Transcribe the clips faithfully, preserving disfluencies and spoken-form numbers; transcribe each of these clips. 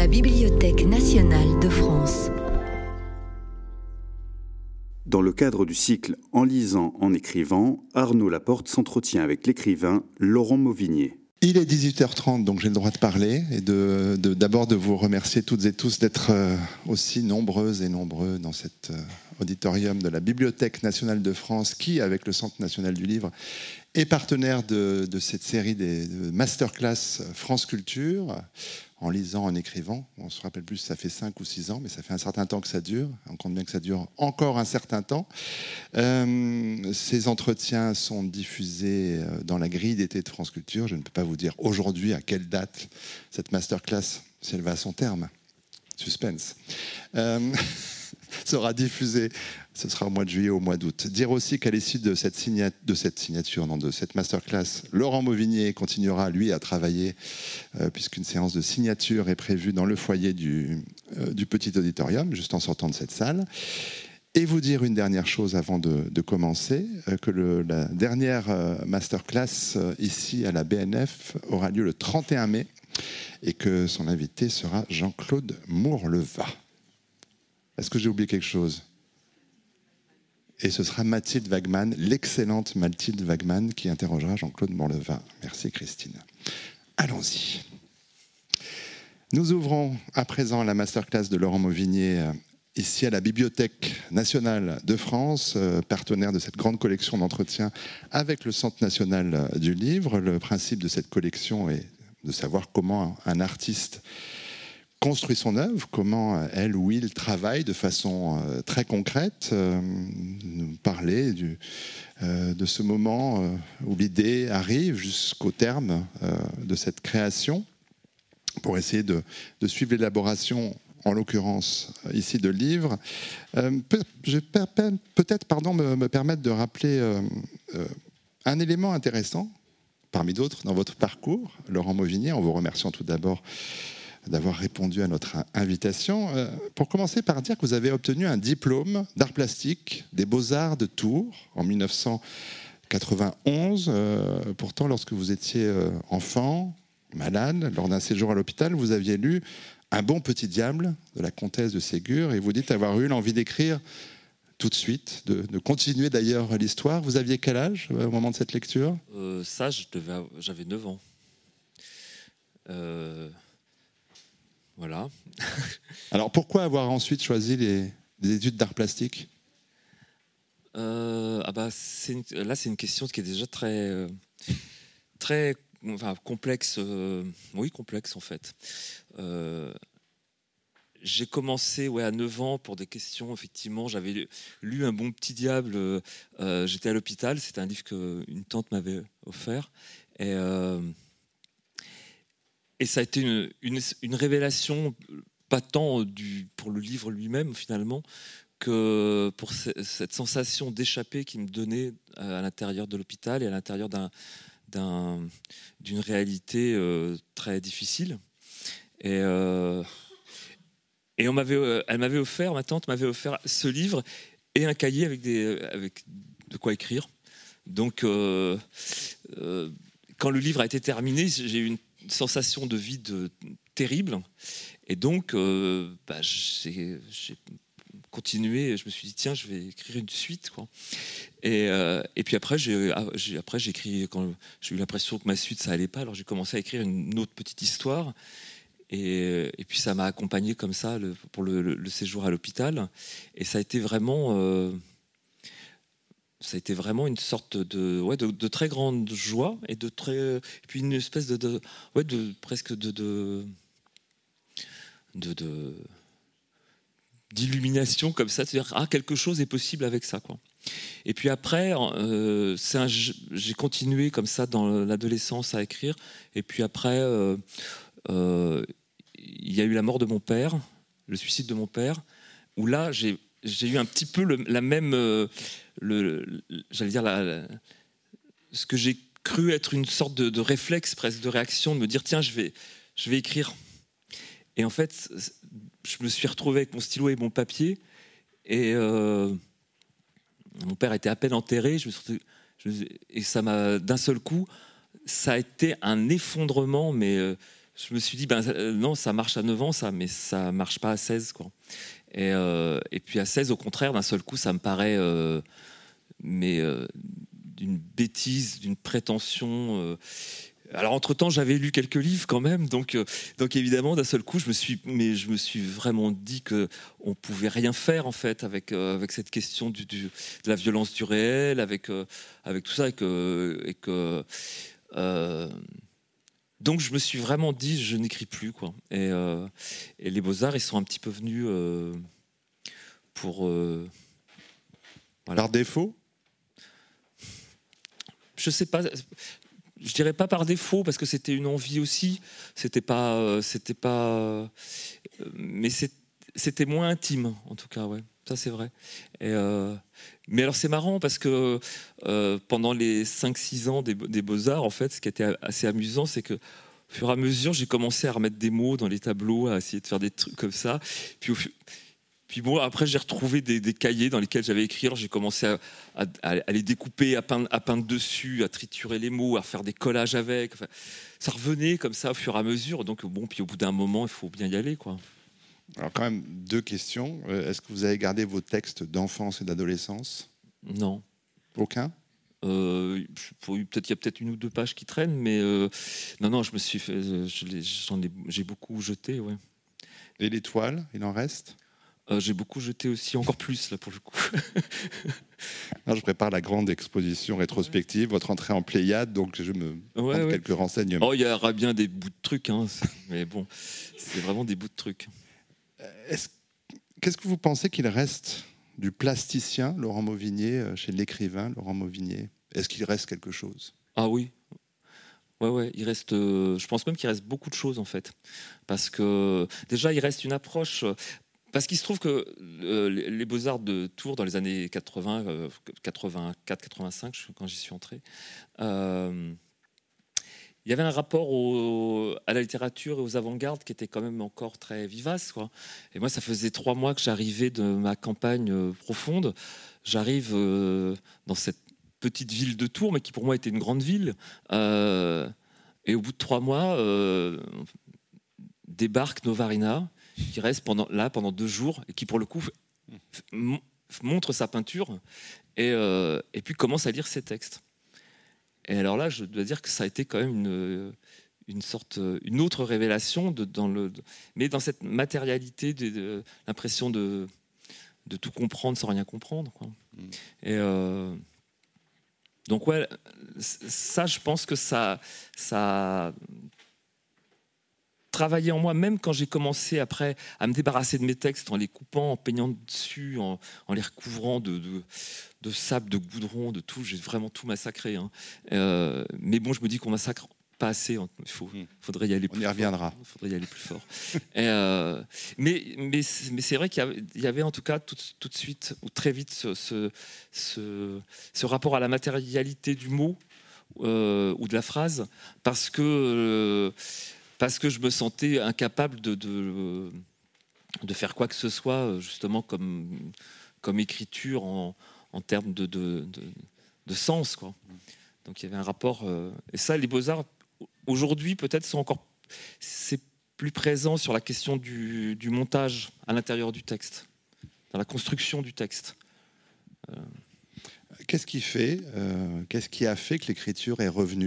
la Bibliothèque nationale de France. Dans le cadre du cycle « En lisant, en écrivant », Arnaud Laporte s'entretient avec l'écrivain Laurent Mauvigné. Il est dix-huit heures trente, donc j'ai le droit de parler et de, de, d'abord de vous remercier toutes et tous d'être aussi nombreuses et nombreux dans cet auditorium de la Bibliothèque nationale de France qui, avec le Centre national du livre, est partenaire de, de cette série des de masterclass France Culture. En lisant, en écrivant. On se rappelle plus, ça fait cinq ou six ans, mais ça fait un certain temps que ça dure. On compte bien que ça dure encore un certain temps. Euh, ces entretiens sont diffusés dans la grille d'été de France Culture. Je ne peux pas vous dire aujourd'hui à quelle date cette masterclass, si elle va à son terme, suspense, euh, sera diffusée. Ce sera au mois de juillet ou au mois d'août. Dire aussi qu'à l'issue de cette, signat- de cette signature, non, de cette masterclass, Laurent Mauvigné continuera, lui, à travailler, euh, puisqu'une séance de signature est prévue dans le foyer du, euh, du petit auditorium, juste en sortant de cette salle. Et vous dire une dernière chose avant de, de commencer, euh, que le, la dernière euh, masterclass euh, ici à la B N F aura lieu le trente et un mai, et que son invité sera Jean-Claude Mourleva. Est-ce que j'ai oublié quelque chose ? Et ce sera Mathilde Wagman, l'excellente Mathilde Wagman, qui interrogera Jean-Claude Mourleva. Merci Christine. Allons-y. Nous ouvrons à présent la masterclass de Laurent Mauvigné, ici à la Bibliothèque nationale de France, partenaire de cette grande collection d'entretiens avec le Centre national du livre. Le principe de cette collection est de savoir comment un artiste construit son œuvre, comment elle ou il travaille de façon euh, très concrète, euh, nous parler du, euh, de ce moment euh, où l'idée arrive jusqu'au terme euh, de cette création, pour essayer de, de suivre l'élaboration, en l'occurrence ici de livres. Euh, peut, je vais peut-être pardon, me, me permettre de rappeler euh, euh, un élément intéressant, parmi d'autres, dans votre parcours, Laurent Mauvigné, en vous remerciant tout d'abord d'avoir répondu à notre invitation. Euh, pour commencer par dire que vous avez obtenu un diplôme d'art plastique des Beaux-Arts de Tours en dix-neuf cent quatre-vingt-onze. Euh, pourtant, lorsque vous étiez euh, enfant, malade, lors d'un séjour à l'hôpital, vous aviez lu Un bon petit diable de la comtesse de Ségur et vous dites avoir eu l'envie d'écrire tout de suite, de, de continuer d'ailleurs l'histoire. Vous aviez quel âge euh, au moment de cette lecture ? euh, Ça, je devais, j'avais neuf ans. Euh... Voilà. Alors pourquoi avoir ensuite choisi les, les études d'art plastique ? euh, ah bah c'est une, Là, c'est une question qui est déjà très, euh, très enfin, complexe. Euh, oui, complexe en fait. Euh, j'ai commencé ouais, à neuf ans pour des questions. Effectivement, j'avais lu, lu Un bon petit diable. Euh, j'étais à l'hôpital. C'était un livre qu'une tante m'avait offert. Et... Euh, Et ça a été une, une, une révélation, pas tant du, pour le livre lui-même finalement, que pour ce, cette sensation d'échapper qu'il me donnait à l'intérieur de l'hôpital et à l'intérieur d'un, d'un, d'une réalité euh, très difficile. Et, euh, et on m'avait, elle m'avait offert, ma tante m'avait offert ce livre et un cahier avec, des, avec de quoi écrire. Donc, euh, euh, quand le livre a été terminé, j'ai eu une sensation de vide terrible et donc euh, bah, j'ai, j'ai continué. Je me suis dit tiens, je vais écrire une suite quoi. Et, euh, et puis après j'ai, j'ai après j'ai écrit quand j'ai eu l'impression que ma suite ça allait pas, alors j'ai commencé à écrire une autre petite histoire et, et puis ça m'a accompagné comme ça le, pour le, le, le séjour à l'hôpital et ça a été vraiment euh, ça a été vraiment une sorte de, ouais, de, de très grande joie et de très, et puis une espèce de, de, ouais, de presque de, de, de, de d'illumination comme ça, c'est-à-dire ah quelque chose est possible avec ça quoi. Et puis après, euh, c'est un, j'ai continué comme ça dans l'adolescence à écrire. Et puis après, euh, euh, il y a eu la mort de mon père, le suicide de mon père, où là j'ai j'ai eu un petit peu le, la même euh, Le, le, j'allais dire la, la, ce que j'ai cru être une sorte de, de réflexe, presque de réaction, de me dire tiens, je vais, je vais écrire. Et en fait, je me suis retrouvé avec mon stylo et mon papier, et euh, mon père était à peine enterré, je me suis, je, et ça m'a, d'un seul coup, ça a été un effondrement, mais euh, je me suis dit, ben, euh, non, ça marche à neuf ans, ça, mais ça marche pas à seize, quoi. Et, euh, et puis à seize, au contraire, d'un seul coup, ça me paraît euh, mais, euh, d'une bêtise, d'une prétention. Euh. Alors, entre-temps, j'avais lu quelques livres quand même, donc, euh, donc évidemment, d'un seul coup, je me suis, mais je me suis vraiment dit qu'on ne pouvait rien faire, en fait, avec, euh, avec cette question du, du, de la violence du réel, avec, euh, avec tout ça, et que... Et que euh, donc je me suis vraiment dit, je n'écris plus, quoi. Et, euh, et les Beaux-Arts, ils sont un petit peu venus euh, pour... Euh, voilà. Par défaut ? Je sais pas, je dirais pas par défaut, parce que c'était une envie aussi, c'était pas... Euh, c'était pas euh, mais c'est, c'était moins intime, en tout cas, ouais. Ça, c'est vrai. Et euh, mais alors, c'est marrant parce que euh, pendant les cinq six ans des, des Beaux-Arts, en fait, ce qui était assez amusant, c'est que au fur et à mesure, j'ai commencé à remettre des mots dans les tableaux, à essayer de faire des trucs comme ça. Puis, au, puis bon, après, j'ai retrouvé des, des cahiers dans lesquels j'avais écrit. Alors, j'ai commencé à, à, à les découper, à peindre, à peindre dessus, à triturer les mots, à faire des collages avec. Enfin, ça revenait comme ça au fur et à mesure. Donc, bon, puis au bout d'un moment, il faut bien y aller, quoi. Alors quand même, deux questions. Est-ce que vous avez gardé vos textes d'enfance et d'adolescence ? Non. Aucun ? euh, Peut-être qu'il y a peut-être une ou deux pages qui traînent, mais euh, non, non, je me suis fait, je l'ai, j'en ai, j'ai beaucoup jeté, ouais. Et l'étoile, il en reste ? euh, J'ai beaucoup jeté aussi, encore plus là pour le coup. Alors, je prépare la grande exposition rétrospective, votre entrée en Pléiade, donc je me ouais, prends ouais. quelques renseignements. Oh, il y aura bien des bouts de trucs, hein, mais bon, c'est vraiment des bouts de trucs. Est-ce, qu'est-ce que vous pensez qu'il reste du plasticien Laurent Mauvigné, chez l'écrivain Laurent Mauvigné ? Est-ce qu'il reste quelque chose ? Ah oui, ouais, ouais, il reste. Euh, je pense même qu'il reste beaucoup de choses en fait, parce que déjà il reste une approche. Parce qu'il se trouve que euh, les Beaux-Arts de Tours dans les années quatre-vingts, euh, quatre-vingt-quatre quatre-vingt-cinq, quand j'y suis entré. Euh, Il y avait un rapport au, à la littérature et aux avant-gardes qui était quand même encore très vivace, quoi. Et moi, ça faisait trois mois que j'arrivais de ma campagne euh, profonde. J'arrive euh, dans cette petite ville de Tours, mais qui pour moi était une grande ville. Euh, et au bout de trois mois, euh, débarque Novarina, qui reste pendant, là pendant deux jours, et qui pour le coup f- montre sa peinture, et, euh, et puis commence à lire ses textes. Et alors là, je dois dire que ça a été quand même une, une sorte, une autre révélation, de, dans le, de, mais dans cette matérialité, de, de, l'impression de, de tout comprendre sans rien comprendre, quoi. Mmh. Et euh, donc ouais, ça, je pense que ça, ça a travaillé en moi, même quand j'ai commencé après à me débarrasser de mes textes en les coupant, en peignant dessus, en, en les recouvrant de, de de sable, de goudron, de tout. J'ai vraiment tout massacré. Hein. Euh, mais bon, je me dis qu'on massacre pas assez. Il faut, faudrait y aller plus On y reviendra. Il faudrait y aller plus fort. Et euh, mais, mais, mais c'est vrai qu'il y avait, il y avait en tout cas tout, tout de suite, ou très vite, ce, ce, ce, ce rapport à la matérialité du mot euh, ou de la phrase, parce que, euh, parce que je me sentais incapable de, de, de faire quoi que ce soit, justement, comme, comme écriture en en termes de, de, de, de sens, quoi. Donc il y avait un rapport... Euh, et ça, les Beaux-Arts, aujourd'hui, peut-être, sont encore... C'est plus présent sur la question du, du montage à l'intérieur du texte, dans la construction du texte. Euh... Qu'est-ce qui fait, euh, qu'est-ce qui a fait que l'écriture est revenue ?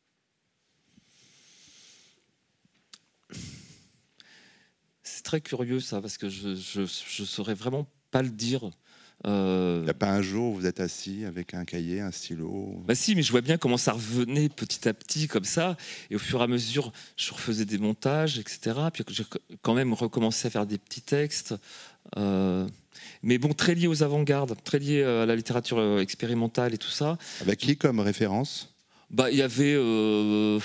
C'est très curieux, ça, parce que je ne saurais vraiment pas le dire. Euh... Il n'y a pas un jour où vous êtes assis avec un cahier, un stylo ? Bah si, mais je vois bien comment ça revenait petit à petit comme ça, et au fur et à mesure, je refaisais des montages, et cetera. Puis j'ai quand même recommencé à faire des petits textes, euh... mais bon, très liés aux avant-gardes, très liés à la littérature expérimentale et tout ça. Avec qui comme référence ? Bah, il y avait... Euh...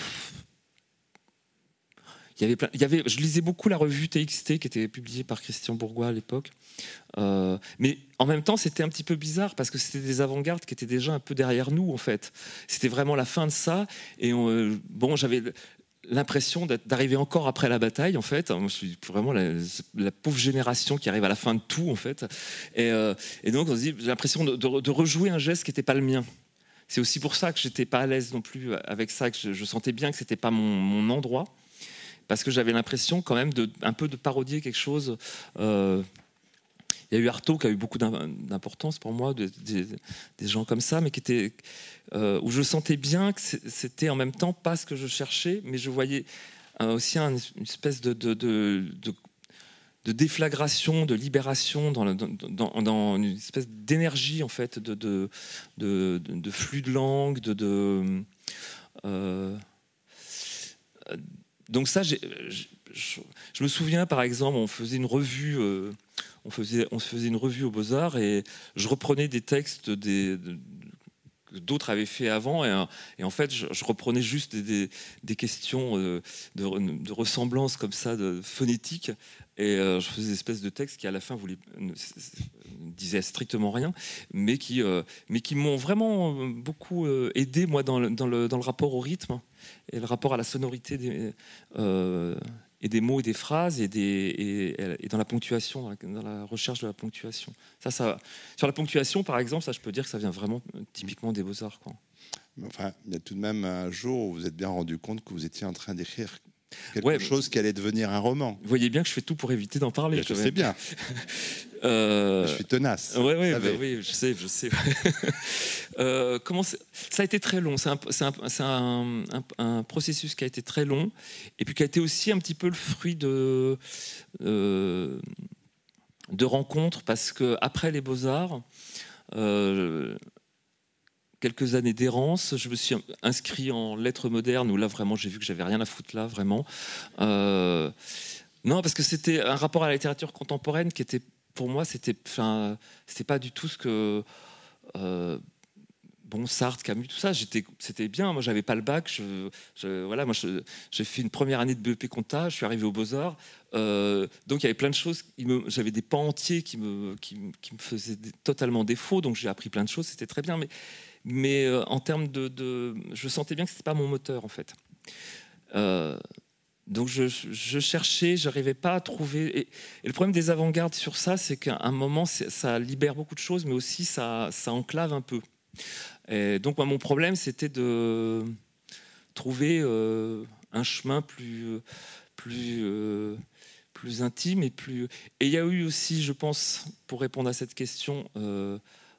Il y avait plein, il y avait, je lisais beaucoup la revue T X T qui était publiée par Christian Bourgois à l'époque. Euh, mais en même temps, c'était un petit peu bizarre parce que c'était des avant-gardes qui étaient déjà un peu derrière nous, en fait. C'était vraiment la fin de ça. Et on, euh, bon, j'avais l'impression d'arriver encore après la bataille, en fait. Moi, je suis vraiment la, la pauvre génération qui arrive à la fin de tout, en fait. Et, euh, et donc, on se dit, j'ai l'impression de, de, de rejouer un geste qui n'était pas le mien. C'est aussi pour ça que j'étais pas à l'aise non plus avec ça, que je, je sentais bien que c'était pas mon, mon endroit. parce que j'avais l'impression quand même de, un peu de parodier quelque chose. Euh, il y a eu Artaud qui a eu beaucoup d'importance pour moi, de, de, des gens comme ça, mais qui étaient, euh, où je sentais bien que c'était en même temps pas ce que je cherchais, mais je voyais euh, aussi un, une espèce de, de, de, de, de déflagration, de libération dans, le, dans, dans une espèce d'énergie en fait, de, de, de, de flux de langue, de, de euh, donc ça, j'ai, je, je, je me souviens par exemple, on faisait une revue. Euh, On faisait, on se faisait une revue aux Beaux-Arts et je reprenais des textes des, de, que d'autres avaient fait avant et, et en fait je, je reprenais juste des, des, des questions de, de, de ressemblance comme ça, de phonétique, et euh, je faisais des espèces de textes qui à la fin voulaient, ne, ne disaient strictement rien, mais qui, euh, mais qui m'ont vraiment beaucoup aidé moi dans le, dans, le, dans le rapport au rythme et le rapport à la sonorité des... Euh, et des mots et des phrases et, des, et, et dans la ponctuation, dans la recherche de la ponctuation. Ça, ça, sur la ponctuation, par exemple, ça, je peux dire que ça vient vraiment typiquement des Beaux-Arts, quoi. Enfin, il y a tout de même un jour où vous vous êtes bien rendu compte que vous étiez en train d'écrire quelque ouais, chose qui allait devenir un roman. Vous voyez bien que je fais tout pour éviter d'en parler. Mais je sais bien. euh... Je suis tenace. Ouais, ouais, bah, oui, je sais, je sais. euh, comment ça a été très long. C'est, un, c'est, un, c'est un, un, un processus qui a été très long et puis qui a été aussi un petit peu le fruit de, euh, de rencontres, parce que après les Beaux-Arts, euh, quelques années d'errance, je me suis inscrit en lettres modernes où là vraiment j'ai vu que j'avais rien à foutre là vraiment. Euh, non, parce que c'était un rapport à la littérature contemporaine qui était, pour moi, c'était, enfin, c'était pas du tout ce que euh, bon, Sartre, Camus, tout ça. J'étais, c'était bien. Moi, j'avais pas le bac. Je, je, voilà, moi, je, j'ai fait une première année de B E P compta. Je suis arrivé aux Beaux-Arts. Euh, donc, il y avait plein de choses. Me, j'avais des pans entiers qui me, qui, qui me faisaient totalement défaut. Donc, j'ai appris plein de choses. C'était très bien. Mais, mais euh, en termes de, de, je sentais bien que c'était pas mon moteur, en fait. Euh, Donc je, je cherchais, je n'arrivais pas à trouver. Et, et le problème des avant-gardes sur ça, c'est qu'à un moment, ça libère beaucoup de choses, mais aussi ça, ça enclave un peu. Et donc moi, mon problème, c'était de trouver euh, un chemin plus, plus, euh, plus intime et plus. Et il y a eu aussi, je pense, pour répondre à cette question, euh,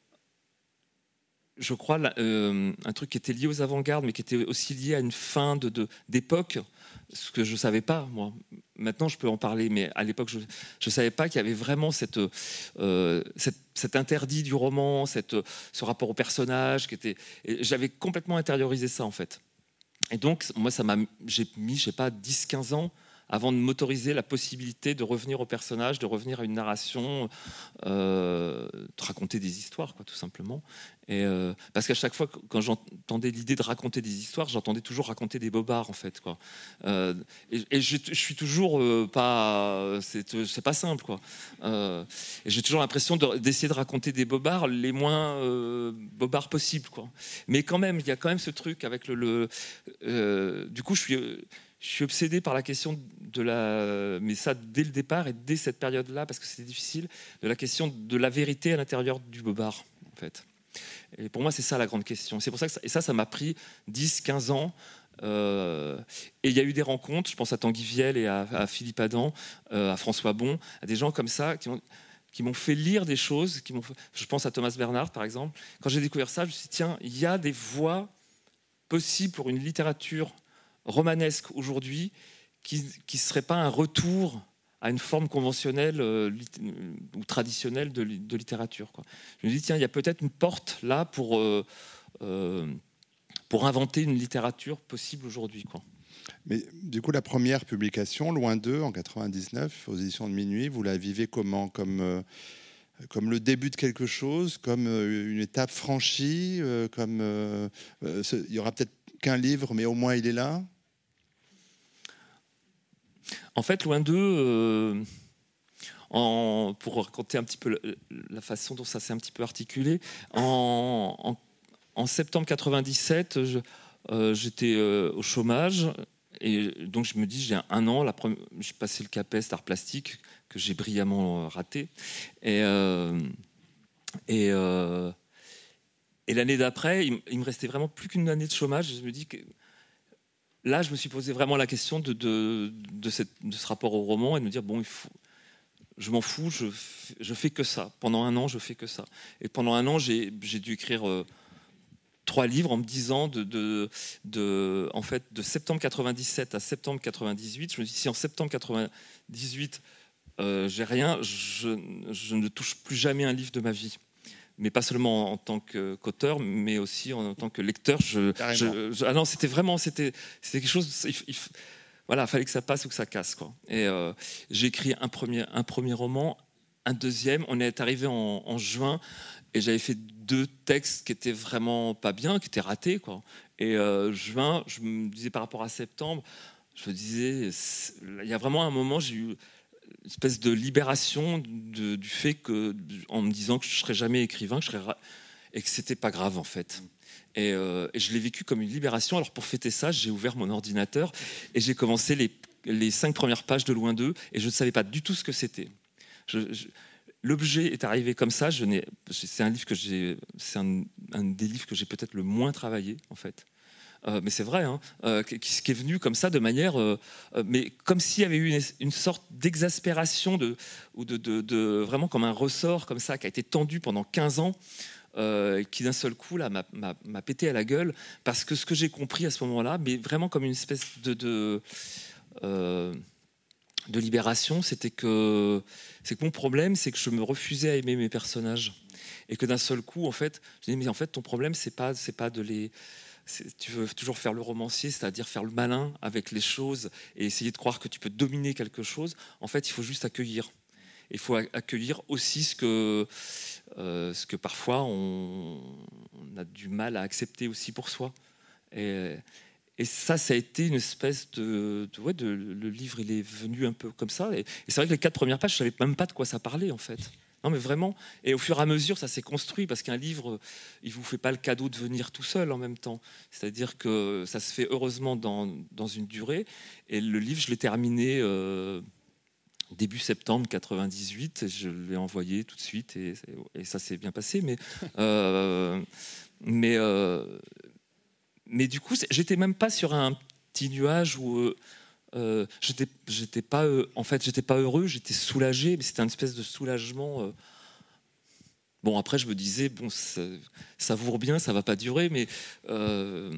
je crois, là, euh, un truc qui était lié aux avant-gardes, mais qui était aussi lié à une fin de, de, d'époque. Ce que je ne savais pas, moi. Maintenant, je peux en parler, mais à l'époque, je ne savais pas qu'il y avait vraiment cette, euh, cette, cet interdit du roman, cette, ce rapport au personnage. Qui était, et j'avais complètement intériorisé ça, en fait. Et donc, moi, ça m'a, j'ai mis, je ne sais pas, dix quinze ans avant de m'autoriser la possibilité de revenir au personnage, de revenir à une narration, euh, de raconter des histoires, quoi, tout simplement. Et euh, parce qu'à chaque fois, quand j'entendais l'idée de raconter des histoires, j'entendais toujours raconter des bobards, en fait, quoi. Euh, et, et je, je suis toujours euh, pas, c'est, c'est pas simple, quoi. Euh, et j'ai toujours l'impression de, d'essayer de raconter des bobards les moins euh, bobards possibles, quoi. Mais quand même, il y a quand même ce truc avec le, le euh, du coup, je suis Je suis obsédé par la question de la, mais ça dès le départ et dès cette période-là, parce que c'était difficile, de la question de la vérité à l'intérieur du bobard, en fait. Et pour moi, c'est ça la grande question. C'est pour ça que ça, et ça, ça m'a pris dix quinze ans. Euh, et il y a eu des rencontres, je pense à Tanguy Viel et à, à Philippe Adam, euh, à François Bon, à des gens comme ça qui, ont, qui m'ont fait lire des choses. Qui m'ont fait, je pense à Thomas Bernhard, par exemple. Quand j'ai découvert ça, je me suis dit, tiens, il y a des voies possibles pour une littérature romanesque aujourd'hui qui ne serait pas un retour à une forme conventionnelle euh, lit- ou traditionnelle de, de littérature, quoi. Je me dis, tiens, il y a peut-être une porte là pour, euh, euh, pour inventer une littérature possible aujourd'hui, quoi. Mais du coup, la première publication, Loin d'eux, en quatre-vingt-dix-neuf, aux éditions de Minuit, vous la vivez comment ? Comme, euh, comme le début de quelque chose, comme euh, une étape franchie, euh, comme euh, euh, ce, il y aura peut-être qu'un livre, mais au moins il est là ? En fait, Loin d'eux, euh, en, pour raconter un petit peu la, la façon dont ça s'est un petit peu articulé, en, en, en septembre quatre-vingt-dix-sept, je, euh, j'étais euh, au chômage, et donc je me dis, j'ai un an, la première, j'ai passé le CAPES d'art plastique, que j'ai brillamment raté, et, euh, et, euh, et l'année d'après, il, il me restait vraiment plus qu'une année de chômage, et je me dis que là, je me suis posé vraiment la question de, de, de, cette, de ce rapport au roman et de me dire, bon, il faut, je m'en fous, je, je fais que ça. Pendant un an, je fais que ça. Et pendant un an, j'ai, j'ai dû écrire euh, trois livres en me disant, de, de, de, en fait, de septembre quatre-vingt-dix-sept à septembre quatre-vingt-dix-huit, je me dis, si en septembre quatre-vingt-dix-huit, euh, j'ai rien, je, je ne touche plus jamais un livre de ma vie. Mais pas seulement en tant qu'auteur, mais aussi en tant que lecteur. Je, je, je, ah non, c'était vraiment, c'était, c'était quelque chose. Il, il, voilà, fallait que ça passe ou que ça casse, quoi. Et euh, j'ai écrit un premier, un premier roman, un deuxième. On est arrivé en, en juin, et j'avais fait deux textes qui étaient vraiment pas bien, qui étaient ratés, quoi. Et euh, juin, je me disais par rapport à septembre, je me disais, il y a vraiment un moment, j'ai eu une espèce de libération de, du fait que, en me disant que je ne serais jamais écrivain, que je serais, et que c'était pas grave en fait. Et, euh, et je l'ai vécu comme une libération. Alors pour fêter ça, j'ai ouvert mon ordinateur et j'ai commencé les, les cinq premières pages de Loin d'eux et je ne savais pas du tout ce que c'était. Je, je, l'objet est arrivé comme ça. Je n'ai, c'est un livre que j'ai, c'est un, un des livres que j'ai peut-être le moins travaillé en fait. Euh, mais c'est vrai, hein, euh, qui, qui est venu comme ça de manière, euh, euh, mais comme s'il y avait eu une, une sorte d'exaspération de, ou de, de, de vraiment comme un ressort comme ça qui a été tendu pendant quinze ans, euh, qui d'un seul coup là m'a, m'a, m'a pété à la gueule parce que ce que j'ai compris à ce moment-là, mais vraiment comme une espèce de de, euh, de libération, c'était que c'est que mon problème, c'est que je me refusais à aimer mes personnages et que d'un seul coup en fait, je dis mais en fait ton problème c'est pas c'est pas de les C'est, tu veux toujours faire le romancier, c'est-à-dire faire le malin avec les choses et essayer de croire que tu peux dominer quelque chose. En fait, il faut juste accueillir. Il faut accueillir aussi ce que, euh, ce que parfois on, on a du mal à accepter aussi pour soi. Et, et ça, ça a été une espèce de, de, ouais, de... Le livre, il est venu un peu comme ça. Et, et c'est vrai que les quatre premières pages, je ne savais même pas de quoi ça parlait, en fait. Non, mais vraiment. Et au fur et à mesure, ça s'est construit parce qu'un livre, il ne vous fait pas le cadeau de venir tout seul en même temps. C'est-à-dire que ça se fait heureusement dans, dans une durée. Et le livre, je l'ai terminé euh, début septembre quatre-vingt-dix-huit. Je l'ai envoyé tout de suite et, et ça s'est bien passé. Mais, euh, mais, euh, mais du coup, j'étais même pas sur un petit nuage où... Euh, Euh, j'étais, j'étais pas, euh, en fait, j'étais pas heureux, j'étais soulagé, mais c'était une espèce de soulagement. Euh... Bon, après, je me disais, bon, ça, ça vaut bien, ça va pas durer, mais euh...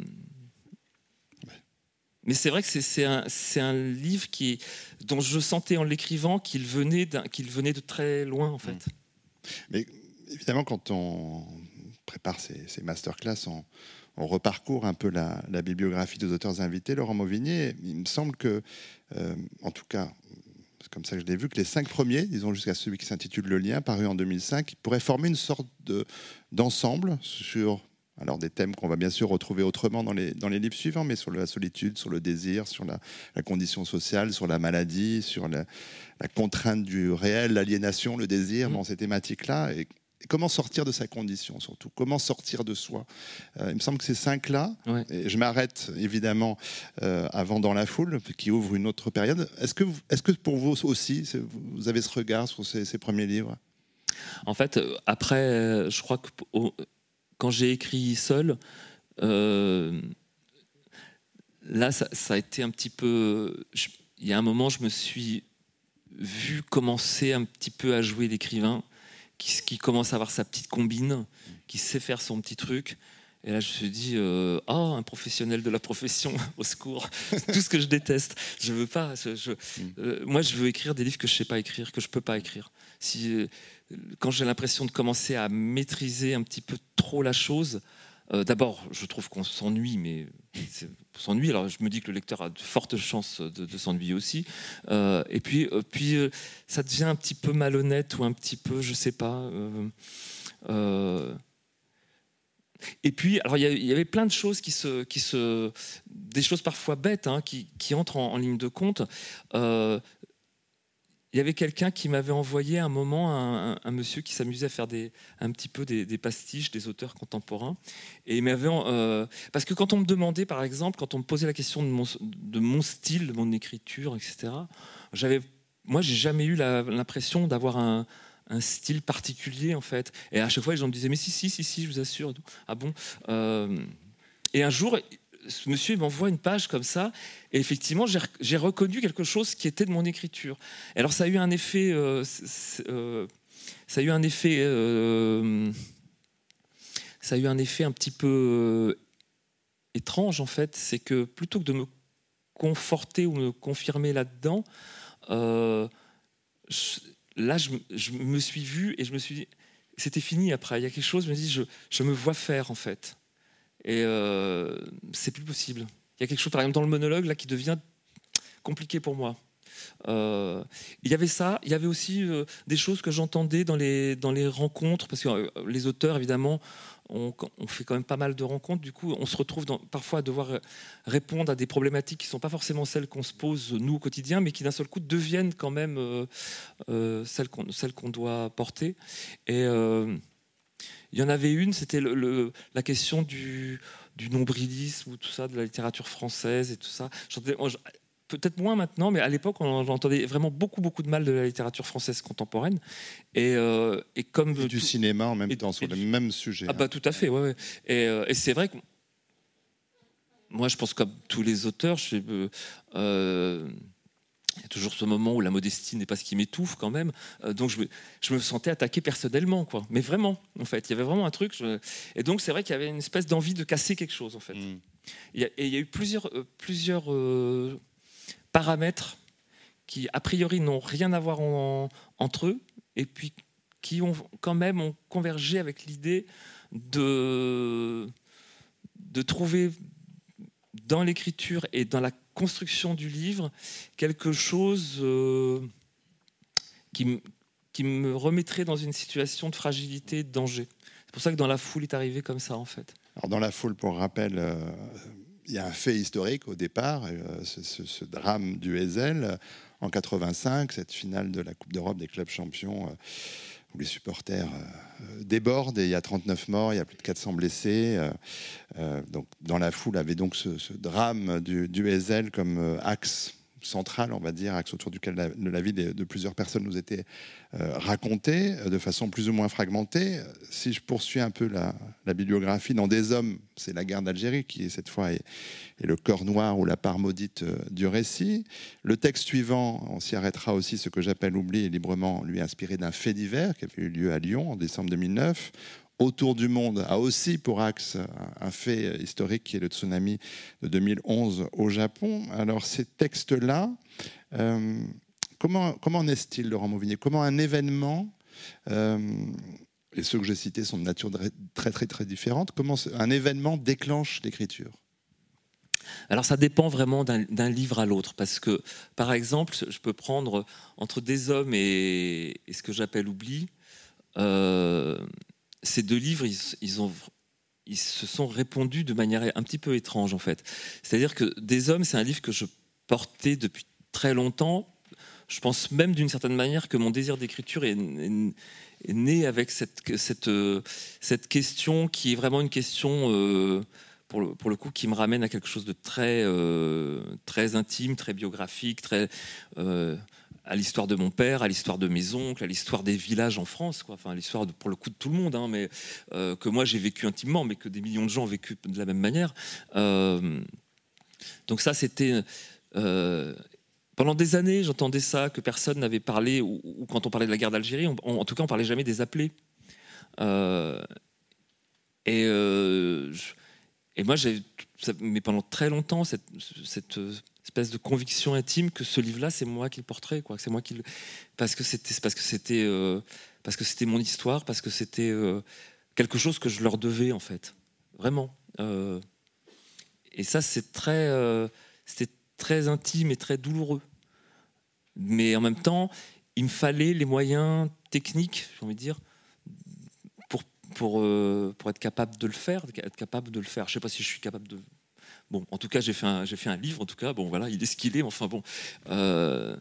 mais c'est vrai que c'est, c'est, un, c'est un livre qui, dont je sentais en l'écrivant qu'il venait, d'un, qu'il venait de très loin, en fait. Mais évidemment, quand on prépare ces, ces masterclass, on on reparcourt un peu la, la bibliographie des auteurs invités, Laurent Mauvigné. Il me semble que, euh, en tout cas, c'est comme ça que je l'ai vu, que les cinq premiers, disons jusqu'à celui qui s'intitule Le Lien, paru en deux mille cinq, pourraient former une sorte de, d'ensemble sur alors, des thèmes qu'on va bien sûr retrouver autrement dans les, dans les livres suivants, mais sur la solitude, sur le désir, sur la, la condition sociale, sur la maladie, sur la, la contrainte du réel, l'aliénation, le désir, mmh. bon, ces thématiques-là. Et, comment sortir de sa condition, surtout. Comment sortir de soi. Euh, il me semble que ces cinq-là, ouais. et je m'arrête évidemment euh, avant Dans la foule, qui ouvre une autre période. Est-ce que, vous, est-ce que pour vous aussi, vous avez ce regard sur ces, ces premiers livres ? En fait, après, je crois que oh, quand j'ai écrit seul, euh, là, ça, ça a été un petit peu... Je, il y a un moment, je me suis vu commencer un petit peu à jouer l'écrivain, Qui, qui commence à avoir sa petite combine, qui sait faire son petit truc. Et là, je me suis dit, euh, oh, un professionnel de la profession, au secours. Tout ce que je déteste. Je veux pas. Je, je, euh, moi, je veux écrire des livres que je sais pas écrire, que je peux pas écrire. Si, euh, quand j'ai l'impression de commencer à maîtriser un petit peu trop la chose, euh, d'abord, je trouve qu'on s'ennuie, mais c'est, on s'ennuie. Alors, je me dis que le lecteur a de fortes chances de, de s'ennuyer aussi. Euh, et puis, euh, puis euh, ça devient un petit peu malhonnête ou un petit peu, je sais pas. Euh, euh, et puis, alors, il y, y avait plein de choses qui se, qui se, des choses parfois bêtes, hein, qui, qui entrent en, en ligne de compte. Euh, Il y avait quelqu'un qui m'avait envoyé un moment un, un, un monsieur qui s'amusait à faire des, un petit peu des, des pastiches des auteurs contemporains. Et il m'avait, euh, parce que quand on me demandait, par exemple, quand on me posait la question de mon, de mon style, de mon écriture, et cetera, j'avais, moi, j'ai jamais eu la, l'impression d'avoir un, un style particulier, en fait. Et à chaque fois, les gens me disaient, mais si, si, si, si, je vous assure. Ah bon euh, Et un jour, ce monsieur m'envoie une page comme ça, et effectivement, j'ai, j'ai reconnu quelque chose qui était de mon écriture. Alors, ça a eu un effet, euh, euh, ça a eu un effet, euh, ça a eu un effet un petit peu euh, étrange en fait. C'est que plutôt que de me conforter ou me confirmer là-dedans, euh, je, là, je, je me suis vu et je me suis dit, c'était fini après. Il y a quelque chose, je me dis, je, je me vois faire en fait. Et euh, c'est plus possible. Il y a quelque chose, par exemple, dans le monologue là, qui devient compliqué pour moi. Euh, il y avait ça, il y avait aussi euh, des choses que j'entendais dans les, dans les rencontres, parce que euh, les auteurs, évidemment, on, on fait quand même pas mal de rencontres, du coup, on se retrouve dans, parfois à devoir répondre à des problématiques qui ne sont pas forcément celles qu'on se pose, nous, au quotidien, mais qui, d'un seul coup, deviennent quand même euh, euh, celles, qu'on, celles qu'on doit porter. Et... Euh, il y en avait une, c'était le, le, la question du, du nombrilisme ou tout ça, de la littérature française et tout ça. Peut-être moins maintenant, mais à l'époque, on entendait vraiment beaucoup, beaucoup de mal de la littérature française contemporaine. Et, euh, et comme et du tout, cinéma en même et, temps, sur le du, même sujet. Ah bah tout à fait, ouais. ouais. Et, euh, et c'est vrai que moi, je pense comme tous les auteurs, je, euh, euh, il y a toujours ce moment où la modestie n'est pas ce qui m'étouffe quand même. Euh, donc je me, je me sentais attaqué personnellement, quoi. Mais vraiment, en fait, il y avait vraiment un truc. Je... Et donc c'est vrai qu'il y avait une espèce d'envie de casser quelque chose, en fait. Mm. Il y a, et il y a eu plusieurs, euh, plusieurs euh, paramètres qui, a priori, n'ont rien à voir en, entre eux, et puis qui ont quand même ont convergé avec l'idée de, de trouver dans l'écriture et dans la construction du livre quelque chose euh, qui, m- qui me remettrait dans une situation de fragilité, de danger. C'est pour ça que Dans la foule est arrivé comme ça, en fait. Alors, Dans la foule, pour rappel, euh, il y a un fait historique au départ, euh, ce, ce, ce drame du Heysel en quatre-vingt-cinq, cette finale de la Coupe d'Europe des clubs champions, euh, où les supporters euh, débordent et il y a trente-neuf morts, il y a plus de quatre cents blessés. Euh, euh, donc, Dans la foule avait donc ce, ce drame du, du Heysel comme euh, axe central, on va dire, axe autour duquel la, la vie de, de plusieurs personnes nous était euh, racontée euh, de façon plus ou moins fragmentée. Si je poursuis un peu la, la bibliographie, dans Des hommes, c'est la guerre d'Algérie qui, cette fois, est, est le cœur noir ou la part maudite euh, du récit. Le texte suivant, on s'y arrêtera aussi, ce que j'appelle Oubli, est librement lui inspiré d'un fait divers qui avait eu lieu à Lyon en décembre deux mille neuf. Autour du monde a aussi pour axe un fait historique qui est le tsunami de deux mille onze au Japon. Alors ces textes-là, euh, comment, comment naissent-ils, Laurent Mauvigné ? Comment un événement, euh, et ceux que j'ai cités sont de nature très très très différente, comment un événement déclenche l'écriture ? Alors ça dépend vraiment d'un, d'un livre à l'autre, parce que par exemple, je peux prendre entre Des hommes et, et ce que j'appelle Oubli. Euh, Ces deux livres, ils, ils, ont, ils se sont répondus de manière un petit peu étrange, en fait. C'est-à-dire que Des hommes, c'est un livre que je portais depuis très longtemps. Je pense même d'une certaine manière que mon désir d'écriture est, est, est né avec cette, cette, cette question qui est vraiment une question, euh, pour, le, pour le coup, qui me ramène à quelque chose de très, euh, très intime, très biographique, très... Euh, à l'histoire de mon père, à l'histoire de mes oncles, à l'histoire des villages en France, quoi. Enfin, à l'histoire de, pour le coup de tout le monde, hein, mais euh, que moi j'ai vécu intimement, mais que des millions de gens ont vécu de la même manière. Euh, donc ça, c'était euh, pendant des années, j'entendais ça, que personne n'avait parlé, ou, ou quand on parlait de la guerre d'Algérie, on, on, en tout cas, on parlait jamais des appelés. Euh, et euh, je, et moi, j'ai, mais pendant très longtemps, cette, cette espèce de conviction intime que ce livre-là, c'est moi qui le porterai, quoi. C'est moi qui le... parce que c'était, parce que c'était, euh, parce que c'était mon histoire, parce que c'était euh, quelque chose que je leur devais, en fait, vraiment. Euh, et ça, c'est très, euh, c'était très intime et très douloureux. Mais en même temps, il me fallait les moyens techniques, j'ai envie de dire, pour pour euh, pour être capable de le faire, être capable de le faire. Je sais pas si je suis capable de. Bon, en tout cas, j'ai fait un j'ai fait un livre. En tout cas, bon, voilà, il est ce qu'il est. Enfin bon. Euh...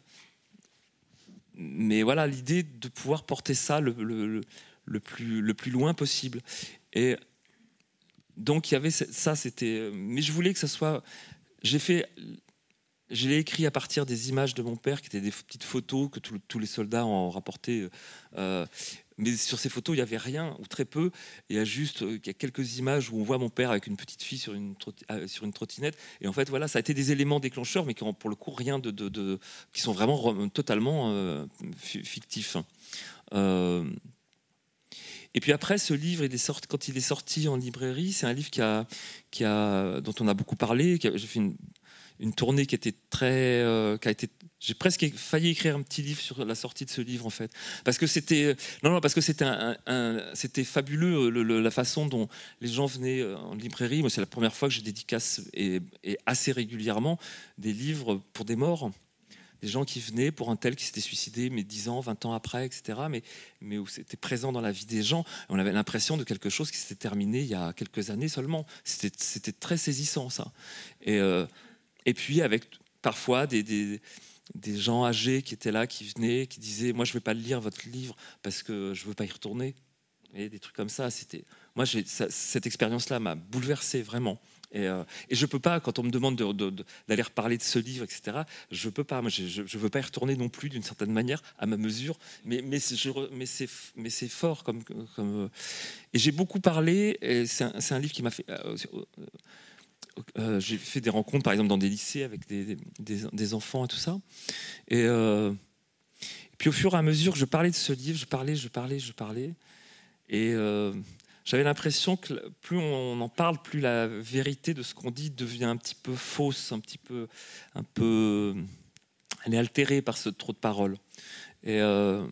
Mais voilà, l'idée de pouvoir porter ça le, le, le plus le plus loin possible. Et donc il y avait ça, c'était. Mais je voulais que ça soit. J'ai fait. Je l'ai écrit à partir des images de mon père, qui étaient des petites photos que tous les soldats ont rapportées. Euh, mais sur ces photos, il n'y avait rien, ou très peu. Il y a juste euh, il y a quelques images où on voit mon père avec une petite fille sur une, trotti- euh, sur une trottinette. Et en fait, voilà, ça a été des éléments déclencheurs, mais qui ont pour le coup rien de, de, de qui sont vraiment re- totalement euh, fictifs. Euh, et puis après, ce livre, il est sorti, quand il est sorti en librairie, c'est un livre qui a, qui a, dont on a beaucoup parlé. Qui a, j'ai fait une, une tournée qui était très, euh, qui a été, j'ai presque failli écrire un petit livre sur la sortie de ce livre en fait, parce que c'était, non non, parce que c'était un, un, c'était fabuleux le, le, la façon dont les gens venaient en librairie. Moi, c'est la première fois que je dédicace et, et assez régulièrement des livres pour des morts. Des gens qui venaient pour un tel qui s'était suicidé, mais dix ans, vingt ans après, et cetera. Mais, mais où c'était présent dans la vie des gens. Et on avait l'impression de quelque chose qui s'était terminé il y a quelques années seulement. C'était, c'était très saisissant, ça. Et, euh, et puis, avec parfois des, des, des gens âgés qui étaient là, qui venaient, qui disaient « Moi, je ne vais pas lire votre livre parce que je ne veux pas y retourner. » Et des trucs comme ça. C'était... Moi, j'ai, ça, cette expérience-là m'a bouleversé, vraiment. Et, euh, et je peux pas, quand on me demande de, de, de, d'aller reparler de ce livre, et cetera, je peux pas. Moi, je, je, je veux pas y retourner non plus, d'une certaine manière, à ma mesure. Mais, mais, c'est, je, mais, c'est, mais c'est fort. Comme, comme, et j'ai beaucoup parlé. Et c'est, un, c'est un livre qui m'a fait. Euh, euh, euh, j'ai fait des rencontres, par exemple, dans des lycées avec des, des, des enfants et tout ça. Et, euh, et puis, au fur et à mesure, je parlais de ce livre, je parlais, je parlais, je parlais. Et euh, j'avais l'impression que plus on en parle, plus la vérité de ce qu'on dit devient un petit peu fausse, un petit peu, un peu, elle est altérée par ce trop de paroles. Et, euh,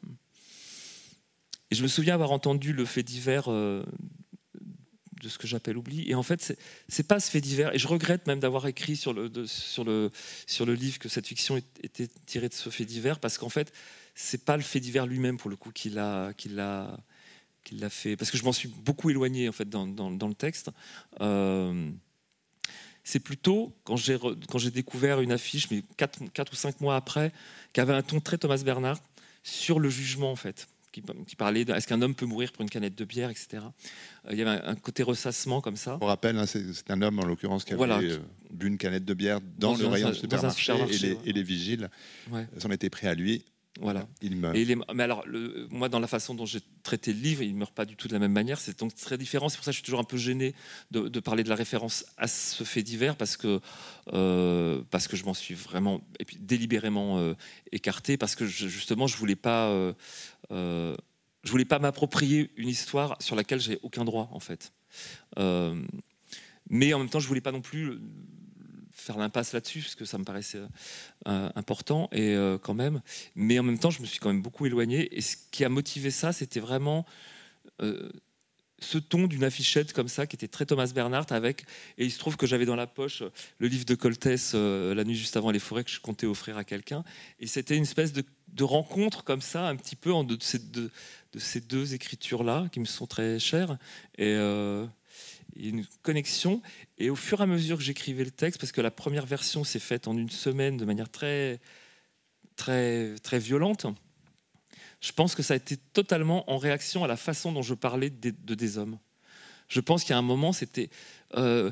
et je me souviens avoir entendu le fait divers euh, de ce que j'appelle oubli. Et en fait, c'est, c'est pas ce fait divers. Et je regrette même d'avoir écrit sur le, de, sur le, sur le livre que cette fiction était tirée de ce fait divers, parce qu'en fait, c'est pas le fait divers lui-même pour le coup qui l'a, qui l'a qu'il l'a fait, parce que je m'en suis beaucoup éloigné en fait dans, dans, dans le texte. Euh, c'est plutôt quand j'ai, re, quand j'ai découvert une affiche, mais quatre, quatre ou cinq mois après, qui avait un ton très Thomas Bernhard sur le jugement en fait, qui, qui parlait de est-ce qu'un homme peut mourir pour une canette de bière, et cetera. Euh, il y avait un, un côté ressassement comme ça. On rappelle, hein, c'est, c'est un homme en l'occurrence qui avait voilà, euh, bu une canette de bière dans, dans le un, rayon du supermarché, supermarché, et, les, ouais. et les vigiles ouais. s'en étaient pris à lui. Voilà. Il meurt. Et les, mais alors, le, moi, dans la façon dont j'ai traité le livre, il ne meurt pas du tout de la même manière. C'est donc très différent. C'est pour ça que je suis toujours un peu gêné de, de parler de la référence à ce fait divers, parce que, euh, parce que je m'en suis vraiment et puis délibérément euh, écarté, parce que je, justement, je ne voulais pas, euh, euh, je voulais pas m'approprier une histoire sur laquelle j'ai aucun droit, en fait. Euh, mais en même temps, je ne voulais pas non plus faire l'impasse là-dessus, parce que ça me paraissait euh, important, et euh, quand même. Mais en même temps, je me suis quand même beaucoup éloigné. Et ce qui a motivé ça, c'était vraiment euh, ce ton d'une affichette comme ça, qui était très Thomas Bernhard, avec... Et il se trouve que j'avais dans la poche le livre de Coltès, euh, La nuit juste avant les forêts, que je comptais offrir à quelqu'un. Et c'était une espèce de, de rencontre comme ça, un petit peu, en de, de, ces, deux, de ces deux écritures-là, qui me sont très chères. Et... Euh, une connexion, et au fur et à mesure que j'écrivais le texte, parce que la première version s'est faite en une semaine de manière très, très, très violente, je pense que ça a été totalement en réaction à la façon dont je parlais de, de des hommes. Je pense qu'il y a un moment, c'était... Euh,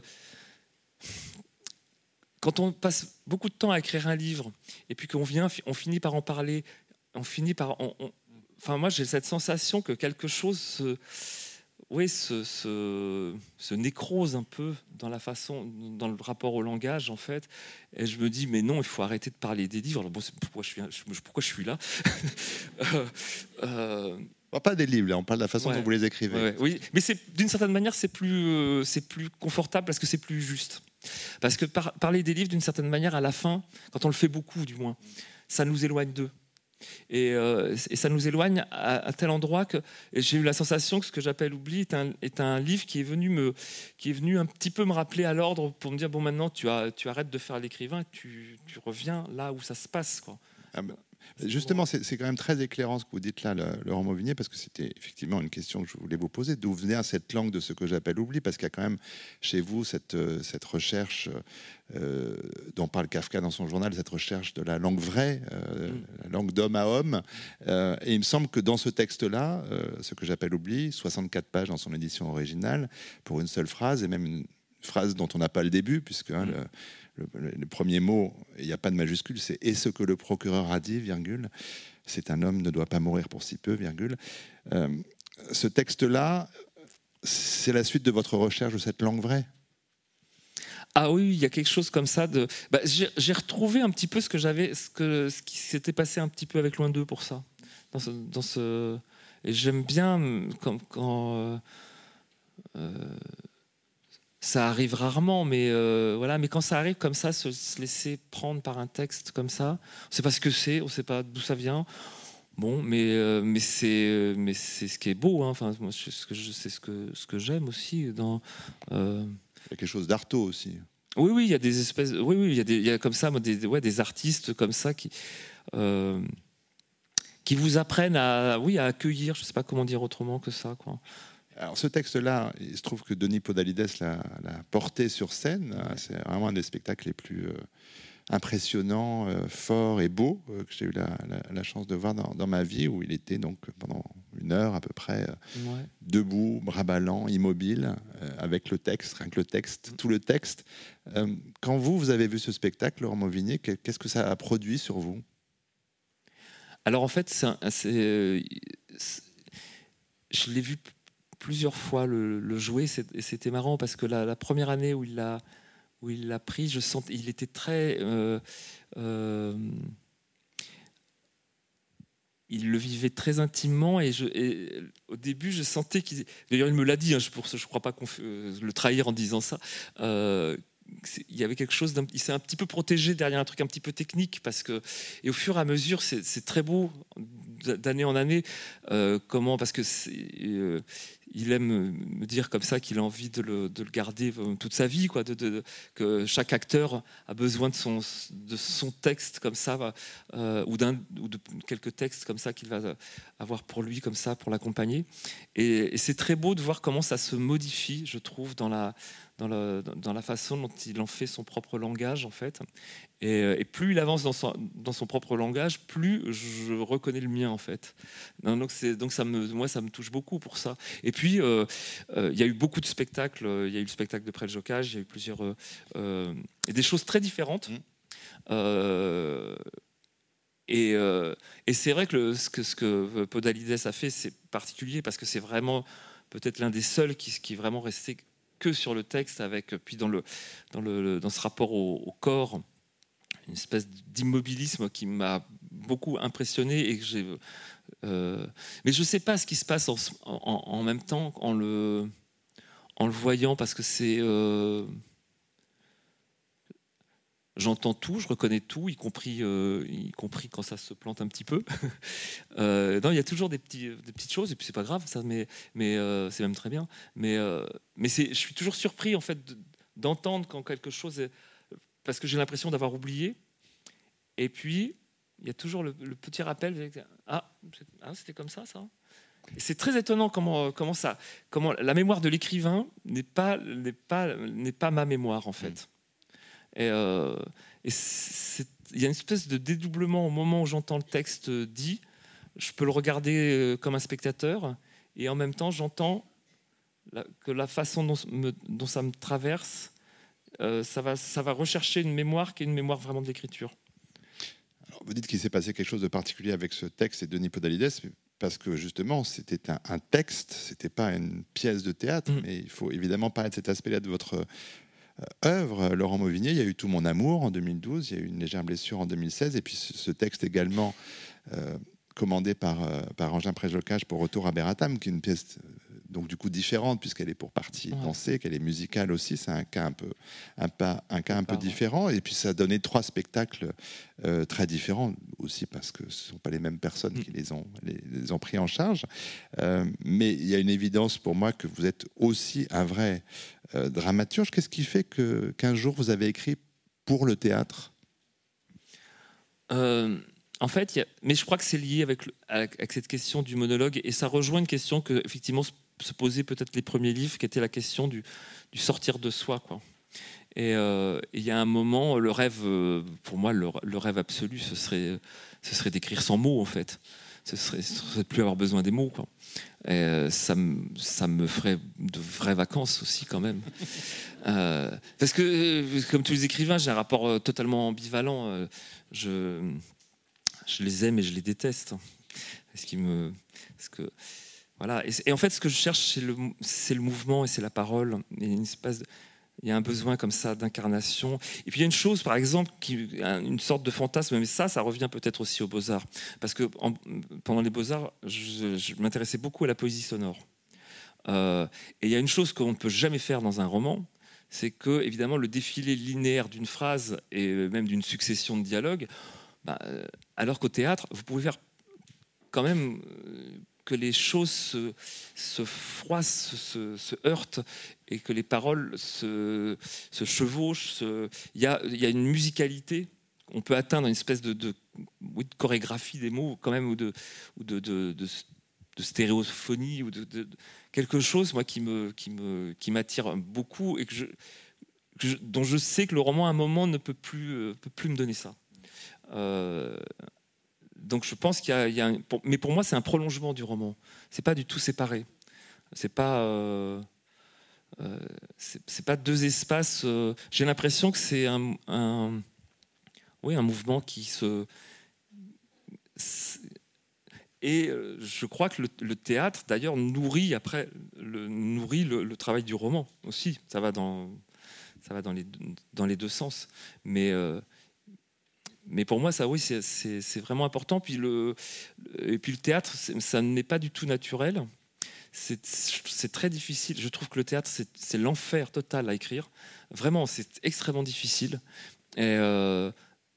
quand on passe beaucoup de temps à écrire un livre, et puis qu'on vient, on finit par en parler, on finit par... On, on, enfin, moi, j'ai cette sensation que quelque chose... Se, oui, se, se, se nécrose un peu dans la façon, dans le rapport au langage, en fait. Et je me dis, mais non, il faut arrêter de parler des livres. Alors bon, c'est pourquoi je suis, pourquoi je suis là. euh, euh, on parle pas des livres, là, on parle de la façon ouais, dont vous les écrivez. Ouais, oui, mais c'est, d'une certaine manière, c'est plus, euh, c'est plus confortable parce que c'est plus juste. Parce que par, parler des livres, d'une certaine manière, à la fin, quand on le fait beaucoup, du moins, ça nous éloigne d'eux. Et, euh, et ça nous éloigne à, à tel endroit que j'ai eu la sensation que ce que j'appelle Oubli est un, est un livre qui est, venu me, qui est venu un petit peu me rappeler à l'ordre pour me dire bon, maintenant tu, as, tu arrêtes de faire l'écrivain, tu, tu reviens là où ça se passe, quoi. Ah ben, justement, c'est, c'est quand même très éclairant ce que vous dites là, Laurent Mauvigné, parce que c'était effectivement une question que je voulais vous poser. D'où venait cette langue de ce que j'appelle Oubli? Parce qu'il y a quand même chez vous cette, cette recherche euh, dont parle Kafka dans son journal, cette recherche de la langue vraie, euh, mmh. la langue d'homme à homme. Euh, et il me semble que dans ce texte-là, euh, ce que j'appelle Oubli, soixante-quatre pages dans son édition originale, pour une seule phrase, et même une phrase dont on n'a pas le début, puisque hein, mmh. le, le, le, le premier mot, il n'y a pas de majuscule, c'est « et ce que le procureur a dit, virgule, c'est un homme ne doit pas mourir pour si peu, virgule ». Euh, ce texte-là, c'est la suite de votre recherche de cette langue vraie? Ah oui, il y a quelque chose comme ça. De... Bah, j'ai, j'ai retrouvé un petit peu ce que j'avais, ce, que, ce qui s'était passé un petit peu avec Loin d'eux pour ça. Dans ce, dans ce... Et j'aime bien quand, quand euh, euh, ça arrive rarement, mais euh, voilà. Mais quand ça arrive comme ça, se, se laisser prendre par un texte comme ça, on ne sait pas ce que c'est, on ne sait pas d'où ça vient. Bon, mais euh, mais c'est mais c'est ce qui est beau. Hein. Enfin, moi, c'est ce que je, c'est ce que ce que j'aime aussi dans. Euh... Il y a quelque chose d'arto aussi. Oui, oui, il y a des espèces. Oui, oui, il y a des, il y a comme ça, des, ouais, des artistes comme ça qui. Euh... qui vous apprennent à, oui, à accueillir, je ne sais pas comment dire autrement que ça, quoi. Alors ce texte-là, il se trouve que Denis Podalides l'a, l'a porté sur scène. C'est vraiment un des spectacles les plus euh, impressionnants, euh, forts et beaux euh, que j'ai eu la, la, la chance de voir dans, dans ma vie, où il était donc pendant une heure à peu près euh, ouais. debout, bras ballants, immobile, euh, avec le texte, rien que le texte, tout le texte. Euh, quand vous, vous avez vu ce spectacle, Laurent Mauvigné, qu'est-ce que ça a produit sur vous? Alors en fait, c'est, c'est, c'est, je l'ai vu plusieurs fois le, le jouer, c'est, et c'était marrant parce que la, la première année où il l'a, où il l'a pris, je sentais, il était très, euh, euh, il le vivait très intimement et, je, et au début je sentais qu'il, d'ailleurs il me l'a dit, hein, je, pour ce, je crois pas qu'on fait, euh, le trahir en disant ça. Euh, il y avait quelque chose d'un, il s'est un petit peu protégé derrière un truc un petit peu technique parce que, et au fur et à mesure c'est, c'est très beau d'année en année euh, comment, parce que c'est, euh, il aime me dire comme ça qu'il a envie de le, de le garder toute sa vie, quoi, de, de, que chaque acteur a besoin de son, de son texte comme ça, euh, ou, d'un, ou de quelques textes comme ça qu'il va avoir pour lui, comme ça, pour l'accompagner. Et, et c'est très beau de voir comment ça se modifie, je trouve, dans la, dans, le, dans la façon dont il en fait son propre langage, en fait. Et, et plus il avance dans son, dans son propre langage, plus je reconnais le mien, en fait. Donc, c'est, donc ça me, moi, ça me touche beaucoup pour ça. Et puis, il euh, euh, y a eu beaucoup de spectacles. Il y a eu le spectacle de Près le Jocage, il y a eu plusieurs... Euh, euh, et des choses très différentes. Mmh. Euh, et, euh, et c'est vrai que le, ce que, ce que Podalides a fait, c'est particulier, parce que c'est vraiment peut-être l'un des seuls qui, qui est vraiment resté que sur le texte, avec, puis dans, le, dans, le, dans ce rapport au, au corps, une espèce d'immobilisme qui m'a beaucoup impressionné et que j'ai... Euh, mais je ne sais pas ce qui se passe en, en, en même temps en le, en le voyant, parce que c'est... Euh, j'entends tout, je reconnais tout, y compris, euh, y compris quand ça se plante un petit peu. euh, non, il y a toujours des, petits, des petites choses, et puis c'est pas grave, ça, mais, mais euh, c'est même très bien. Mais, euh, mais c'est, je suis toujours surpris en fait, de, d'entendre quand quelque chose est... Parce que j'ai l'impression d'avoir oublié. Et puis, il y a toujours le, le petit rappel. Ah, ah, c'était comme ça, ça. Et c'est très étonnant comment, comment, ça, comment la mémoire de l'écrivain n'est pas, n'est pas, n'est pas ma mémoire, en fait. Et, euh, et c'est, il y a une espèce de dédoublement au moment où j'entends le texte dit. Je peux le regarder comme un spectateur, et en même temps, j'entends la, que la façon dont, me, dont ça me traverse, euh, ça, va, ça va rechercher une mémoire qui est une mémoire vraiment de l'écriture. Alors, vous dites qu'il s'est passé quelque chose de particulier avec ce texte et Denis Podalides, parce que justement, c'était un, un texte, c'était pas une pièce de théâtre, mmh. mais il faut évidemment parler de cet aspect-là de votre euh, œuvre, Laurent Mauvigné. Il y a eu Tout mon amour en deux mille douze, il y a eu Une légère blessure en deux mille seize, et puis ce, ce texte également euh, commandé par, euh, par Angin Près-Jocage pour Retour à Beratam, qui est une pièce... Euh, donc du coup différente, puisqu'elle est pour partie dansée, ouais. qu'elle est musicale aussi, c'est un cas un peu, un pas, un cas un peu différent, et puis ça a donné trois spectacles euh, très différents, aussi parce que ce ne sont pas les mêmes personnes mmh. qui les ont, les, les ont pris en charge, euh, mais il y a une évidence pour moi que vous êtes aussi un vrai euh, dramaturge. Qu'est-ce qui fait que, qu'un jour vous avez écrit pour le théâtre ? euh... En fait, y a, mais je crois que c'est lié avec, le, avec cette question du monologue, et ça rejoint une question que effectivement se posaient peut-être les premiers livres, qui était la question du, du sortir de soi, quoi. Et il euh, y a un moment, le rêve, euh, pour moi, le, le rêve absolu, ce serait, ce serait d'écrire sans mots, en fait. Ce serait, ce serait de plus avoir besoin des mots, quoi. Et euh, ça, me, ça me ferait de vraies vacances aussi, quand même. euh, parce que, comme tous les écrivains, j'ai un rapport totalement ambivalent. Euh, je, je les aime et je les déteste. Ce qui me, parce que, voilà. Et, et en fait, ce que je cherche, c'est le, c'est le mouvement et c'est la parole. Il y a une espèce de, il y a un besoin comme ça d'incarnation. Et puis il y a une chose, par exemple, qui, une sorte de fantasme, mais ça, ça revient peut-être aussi aux Beaux-Arts. Parce que en, pendant les Beaux-Arts, je, je m'intéressais beaucoup à la poésie sonore. Euh, et il y a une chose qu'on ne peut jamais faire dans un roman, c'est que, évidemment, le défilé linéaire d'une phrase et même d'une succession de dialogues, bah, alors qu'au théâtre, vous pouvez faire quand même que les choses se, se froissent, se, se heurtent et que les paroles se, se chevauchent. Se... Il, y a, il y a une musicalité. On peut atteindre une espèce de, de, oui, de chorégraphie des mots quand même, ou de, ou de, de, de, de stéréophonie, ou de, de, de quelque chose moi, qui, me, qui, me, qui m'attire beaucoup et que je, que je, dont je sais que le roman à un moment ne peut plus, euh, peut plus me donner ça. Euh, donc je pense qu'il y a, il y a un, pour, mais pour moi c'est un prolongement du roman. C'est pas du tout séparé. C'est pas, euh, euh, c'est, c'est pas deux espaces. Euh, j'ai l'impression que c'est un, un, oui, un mouvement qui se. Et je crois que le, le théâtre, d'ailleurs, nourrit après le, nourrit le, le travail du roman aussi. Ça va dans, ça va dans les, dans les deux sens. Mais euh, Mais pour moi, ça, oui, c'est, c'est, c'est vraiment important. Puis le, et puis le théâtre, ça n'est pas du tout naturel. C'est, c'est très difficile. Je trouve que le théâtre, c'est, c'est l'enfer total à écrire. Vraiment, c'est extrêmement difficile. Et euh,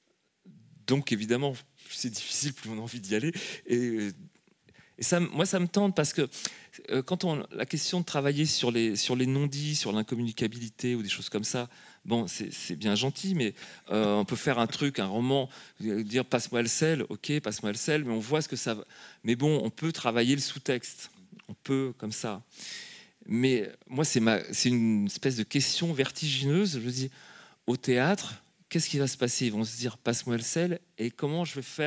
donc, évidemment, plus c'est difficile, plus on a envie d'y aller. Et, et ça, moi, ça me tente parce que euh, quand on la question de travailler sur les, sur les non-dits, sur l'incommunicabilité ou des choses comme ça, bon, c'est, c'est bien gentil, mais euh, on peut faire un truc, un roman, dire passe-moi le sel, ok, passe-moi le sel, mais on voit ce que ça va. Mais bon, on peut travailler le sous-texte, on peut comme ça. Mais moi, c'est, ma, c'est une espèce de question vertigineuse. Je me dis, au théâtre, qu'est-ce qui va se passer ? Ils vont se dire passe-moi le sel, et comment je vais faire ?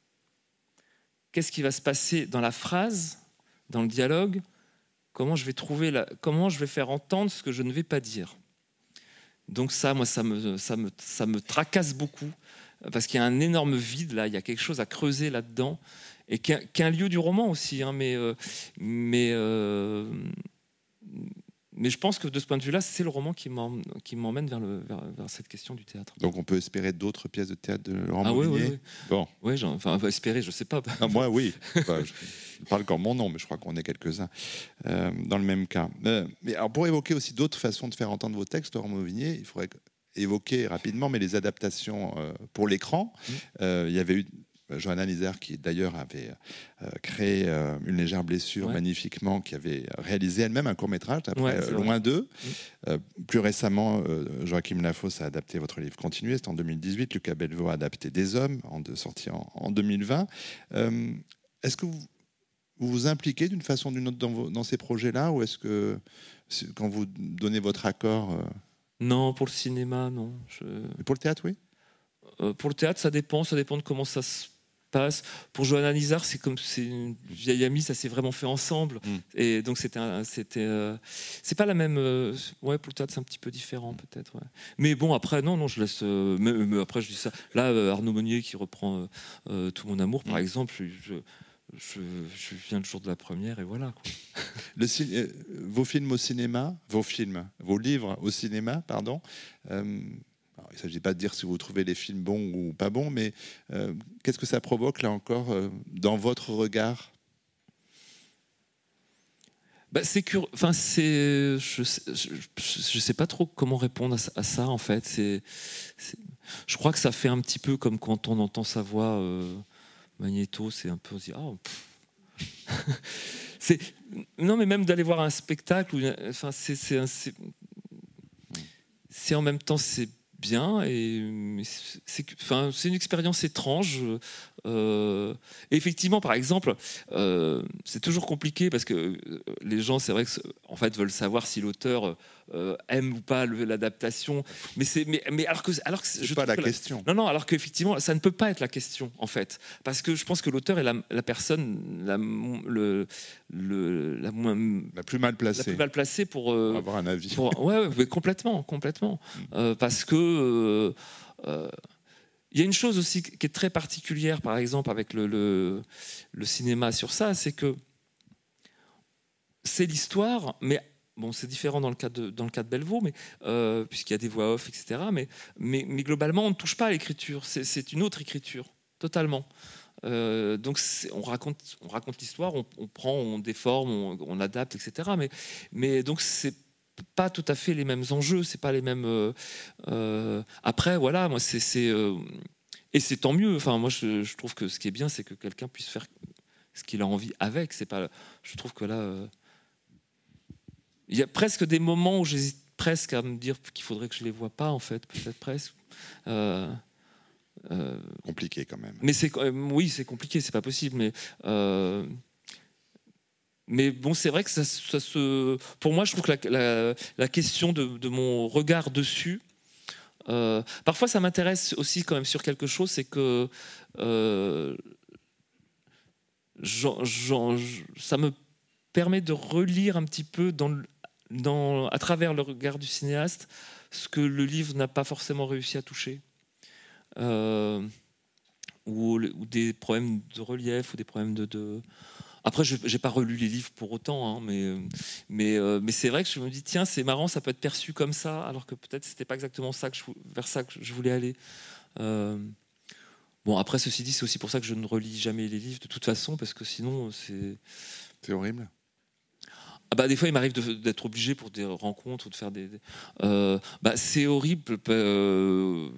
Qu'est-ce qui va se passer dans la phrase, dans le dialogue ? Comment je vais trouver la... Comment je vais faire entendre ce que je ne vais pas dire ? Donc ça, moi, ça me, ça me, ça me tracasse beaucoup, parce qu'il y a un énorme vide, là, il y a quelque chose à creuser là-dedans, et qu'un, qu'un lieu du roman aussi, hein, mais, euh, mais, euh, mais je pense que de ce point de vue-là, c'est le roman qui, m'en, qui m'emmène vers, le, vers, vers cette question du théâtre. Donc on peut espérer d'autres pièces de théâtre de Laurent ah, Mauvigné. Oui, oui, oui. Bon. Oui, genre, enfin, on va espérer, je ne sais pas. Ah, moi, oui. Enfin, je parle qu'en mon nom, mais je crois qu'on est quelques-uns euh, dans le même cas. Euh, mais alors, pour évoquer aussi d'autres façons de faire entendre vos textes, Laurent Mauvigné, il faudrait évoquer rapidement, mais les adaptations euh, pour l'écran. Mmh. Euh, il y avait eu Johanna Nizer, qui d'ailleurs avait euh, créé euh, Une légère blessure ouais. magnifiquement, qui avait réalisé elle-même un court-métrage, après ouais, euh, Loin d'eux. Mmh. Euh, plus récemment, euh, Joachim Lafosse a adapté votre livre Continuez, c'était en deux mille dix-huit. Lucas Bellevaux a adapté Des Hommes, en de, sorti en, en deux mille vingt. Euh, est-ce que vous vous vous impliquez d'une façon ou d'une autre dans, vos, dans ces projets-là, ou est-ce que quand vous donnez votre accord... Euh... Non, pour le cinéma, non. Je... Et pour le théâtre, oui. Euh, pour le théâtre, ça dépend, ça dépend de comment ça se passe. Pour Johanna Nizer, c'est comme c'est une vieille amie, ça s'est vraiment fait ensemble, mm. et donc c'était, un, c'était, euh, c'est pas la même. Euh, ouais, pour le théâtre, c'est un petit peu différent peut-être. Ouais. Mais bon, après, non, non, je laisse. Euh, mais, mais après, je dis ça. Là, euh, Arnaud Meunier qui reprend euh, euh, Tout mon amour, par mm. exemple. Je, Je, je viens le jour de la première et voilà. Quoi. Le, euh, vos films au cinéma, vos films, vos livres au cinéma, pardon. Euh, alors, il ne s'agit pas de dire si vous trouvez les films bons ou pas bons, mais euh, qu'est-ce que ça provoque là encore euh, dans votre regard ? Bah, c'est curieux. Enfin, c'est. Je, je, je sais pas trop comment répondre à, à ça en fait. C'est, c'est. Je crois que ça fait un petit peu comme quand on entend sa voix. Euh, Magnéto, c'est un peu aussi. Oh, c'est non, mais même d'aller voir un spectacle, où, enfin, c'est, c'est, c'est, c'est en même temps c'est bien et c'est, c'est, enfin, c'est une expérience étrange. Euh, et effectivement, par exemple, euh, c'est toujours compliqué parce que les gens, c'est vrai que en fait, veulent savoir si l'auteur euh, aime ou pas le, l'adaptation. Mais c'est, mais, mais alors que, alors que c'est je pas la que question. Non, non, alors qu'effectivement, ça ne peut pas être la question, en fait, parce que je pense que l'auteur est la, la personne la, le, le, la moins, la plus mal placée, la plus mal placée pour, euh, pour avoir un avis. Pour, ouais, ouais, complètement, complètement, mm. euh, parce que. Euh, euh, Il y a une chose aussi qui est très particulière, par exemple, avec le, le, le cinéma sur ça, c'est que c'est l'histoire, mais bon, c'est différent dans le cas de, dans le cas de Bellevaux, mais, euh, puisqu'il y a des voix off, et cetera. Mais, mais, mais globalement, on ne touche pas à l'écriture. C'est, c'est une autre écriture, totalement. Euh, donc on raconte, on raconte l'histoire, on, on prend, on déforme, on, on adapte, et cetera. Mais, mais donc c'est pas tout à fait les mêmes enjeux, c'est pas les mêmes. Euh, euh, après, voilà, moi, c'est, c'est euh, et c'est tant mieux. Enfin, moi, je, je trouve que ce qui est bien, c'est que quelqu'un puisse faire ce qu'il a envie avec. C'est pas. Je trouve que là, euh, il y a presque des moments où j'hésite presque à me dire qu'il faudrait que je les vois pas, en fait, peut-être presque. Euh, euh, compliqué quand même. Mais c'est, oui, c'est compliqué, c'est pas possible, mais. Euh, Mais bon, c'est vrai que ça, ça se. Pour moi, je trouve que la, la, la question de, de mon regard dessus, euh, parfois, ça m'intéresse aussi quand même sur quelque chose, c'est que euh, j'en, j'en, ça me permet de relire un petit peu dans, dans, à travers le regard du cinéaste ce que le livre n'a pas forcément réussi à toucher. Euh, ou, ou des problèmes de relief, ou des problèmes de. de Après, je n'ai pas relu les livres pour autant, hein, mais, mais, euh, mais c'est vrai que je me dis, tiens, c'est marrant, ça peut être perçu comme ça, alors que peut-être ce n'était pas exactement ça que je, vers ça que je voulais aller. Euh, bon, après, ceci dit, c'est aussi pour ça que je ne relis jamais les livres, de toute façon, parce que sinon, c'est... C'est horrible. Ah bah, des fois, il m'arrive de, d'être obligé pour des rencontres ou de faire des... des euh, bah, c'est horrible. Euh,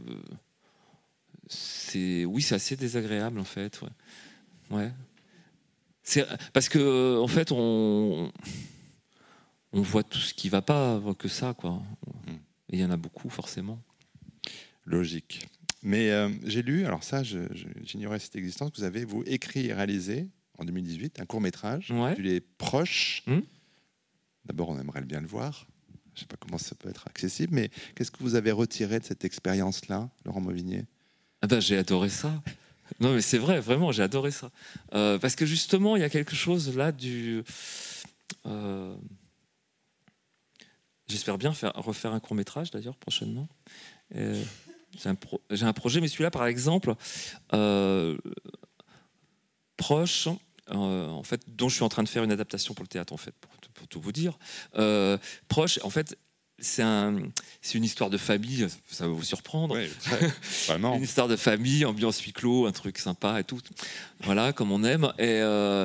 c'est, oui, c'est assez désagréable, en fait. Ouais. Ouais. C'est parce que en fait on on voit tout ce qui va pas, on voit que ça quoi. Et il y en a beaucoup forcément. Logique. Mais euh, j'ai lu, alors ça, je, je, j'ignorais cette existence. Vous avez vous écrit et réalisé en deux mille dix-huit un court métrage ouais. Tu les proches. Mmh. D'abord, on aimerait bien le voir. Je sais pas comment ça peut être accessible, mais qu'est-ce que vous avez retiré de cette expérience-là, Laurent Mauvigné? Ah ben, j'ai adoré ça. Non mais c'est vrai, vraiment, j'ai adoré ça. Euh, parce que justement, il y a quelque chose là du... Euh... J'espère bien faire, refaire un court-métrage d'ailleurs prochainement. Euh, j'ai, un pro... j'ai un projet, mais celui-là par exemple, euh... proche, euh, en fait, dont je suis en train de faire une adaptation pour le théâtre, en fait, pour, pour tout vous dire. Euh, proche, en fait... C'est, un, c'est une histoire de famille, ça va vous surprendre. Oui, vraiment. Une histoire de famille, ambiance huis clos, un truc sympa et tout. Voilà, comme on aime. Et, euh,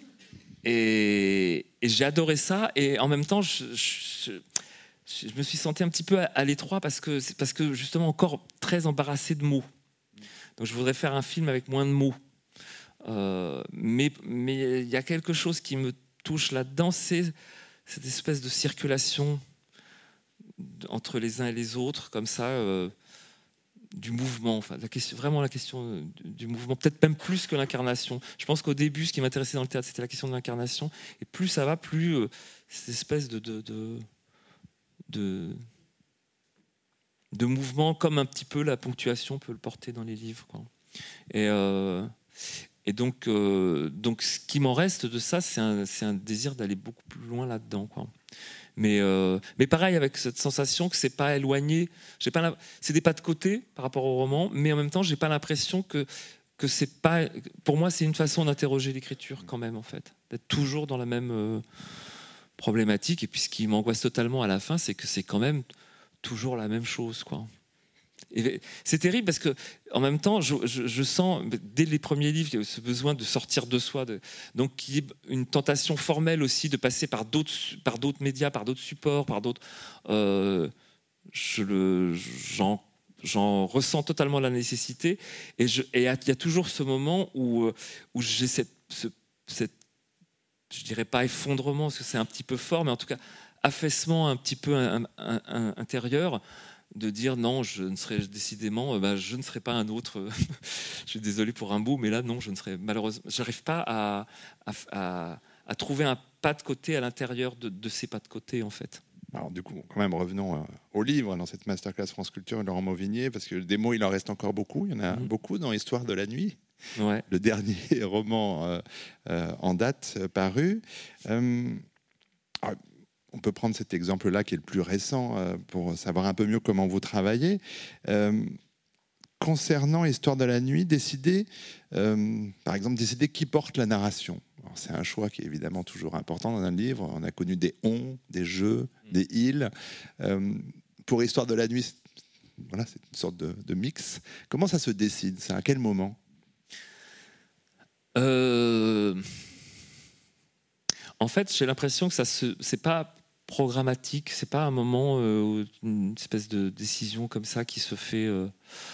et, et j'ai adoré ça. Et en même temps, je, je, je, je me suis senti un petit peu à, à l'étroit parce que, parce que, justement, encore très embarrassé de mots. Donc, je voudrais faire un film avec moins de mots. Euh, mais mais il y a quelque chose qui me touche là-dedans, c'est cette espèce de circulation entre les uns et les autres, comme ça, euh, du mouvement. Enfin, la question, vraiment la question du, du mouvement, peut-être même plus que l'incarnation. Je pense qu'au début, ce qui m'intéressait dans le théâtre, c'était la question de l'incarnation. Et plus ça va, plus euh, cette espèce de de, de, de de mouvement, comme un petit peu la ponctuation peut le porter dans les livres, quoi. Et, euh, et donc, euh, donc, ce qui m'en reste de ça, c'est un, c'est un désir d'aller beaucoup plus loin là-dedans, quoi. Mais, euh, mais pareil, avec cette sensation que c'est pas éloigné. J'ai pas la... C'est des pas de côté par rapport au roman, mais en même temps, j'ai pas l'impression que, que c'est pas. Pour moi, c'est une façon d'interroger l'écriture quand même, en fait, d'être toujours dans la même euh, problématique. Et puis, ce qui m'angoisse totalement à la fin, c'est que c'est quand même toujours la même chose, quoi. Et c'est terrible parce que, en même temps, je, je, je sens dès les premiers livres, il y a ce besoin de sortir de soi, de, donc il y a une tentation formelle aussi de passer par d'autres, par d'autres médias, par d'autres supports, par d'autres. Euh, je le, j'en, j'en ressens totalement la nécessité, et je, et il y a toujours ce moment où où j'ai cette, ce, cette, je dirais pas effondrement parce que c'est un petit peu fort, mais en tout cas affaissement un petit peu un, un, un, intérieur. De dire non, je ne serai décidément, bah, je ne serai pas un autre. Je suis désolé pour un bout, mais là non, je ne serai malheureusement, j'arrive pas à, à, à, à trouver un pas de côté à l'intérieur de, de ces pas de côté en fait. Alors du coup, quand même, revenons euh, au livre, dans cette masterclass France Culture, Laurent Mauvignier, parce que des mots, il en reste encore beaucoup. Il y en a mmh. beaucoup dans Histoire de la nuit, ouais. le dernier roman euh, euh, en date euh, paru. Euh, alors, on peut prendre cet exemple-là, qui est le plus récent, euh, pour savoir un peu mieux comment vous travaillez. Euh, concernant Histoire de la nuit, décider, euh, par exemple, décider qui porte la narration. Alors, c'est un choix qui est évidemment toujours important dans un livre. On a connu des on, des je, des il. Euh, pour Histoire de la nuit, c'est, voilà, c'est une sorte de, de mix. Comment ça se décide? C'est à quel moment? euh... En fait, j'ai l'impression que ça se, c'est pas programmatique. C'est pas un moment, euh, une espèce de décision comme ça qui se fait. Euh,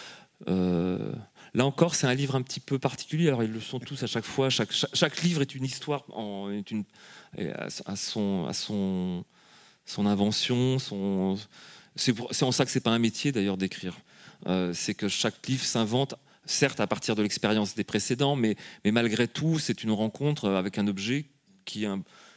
euh... Là encore, c'est un livre un petit peu particulier. Alors, ils le sont tous à chaque fois. Chaque, chaque, chaque livre est une histoire, en, est une, à, son, à son, son invention. Son, c'est, pour, c'est en ça que c'est pas un métier, d'ailleurs, d'écrire. Euh, c'est que chaque livre s'invente, certes, à partir de l'expérience des précédents, mais, mais malgré tout, c'est une rencontre avec un objet qui,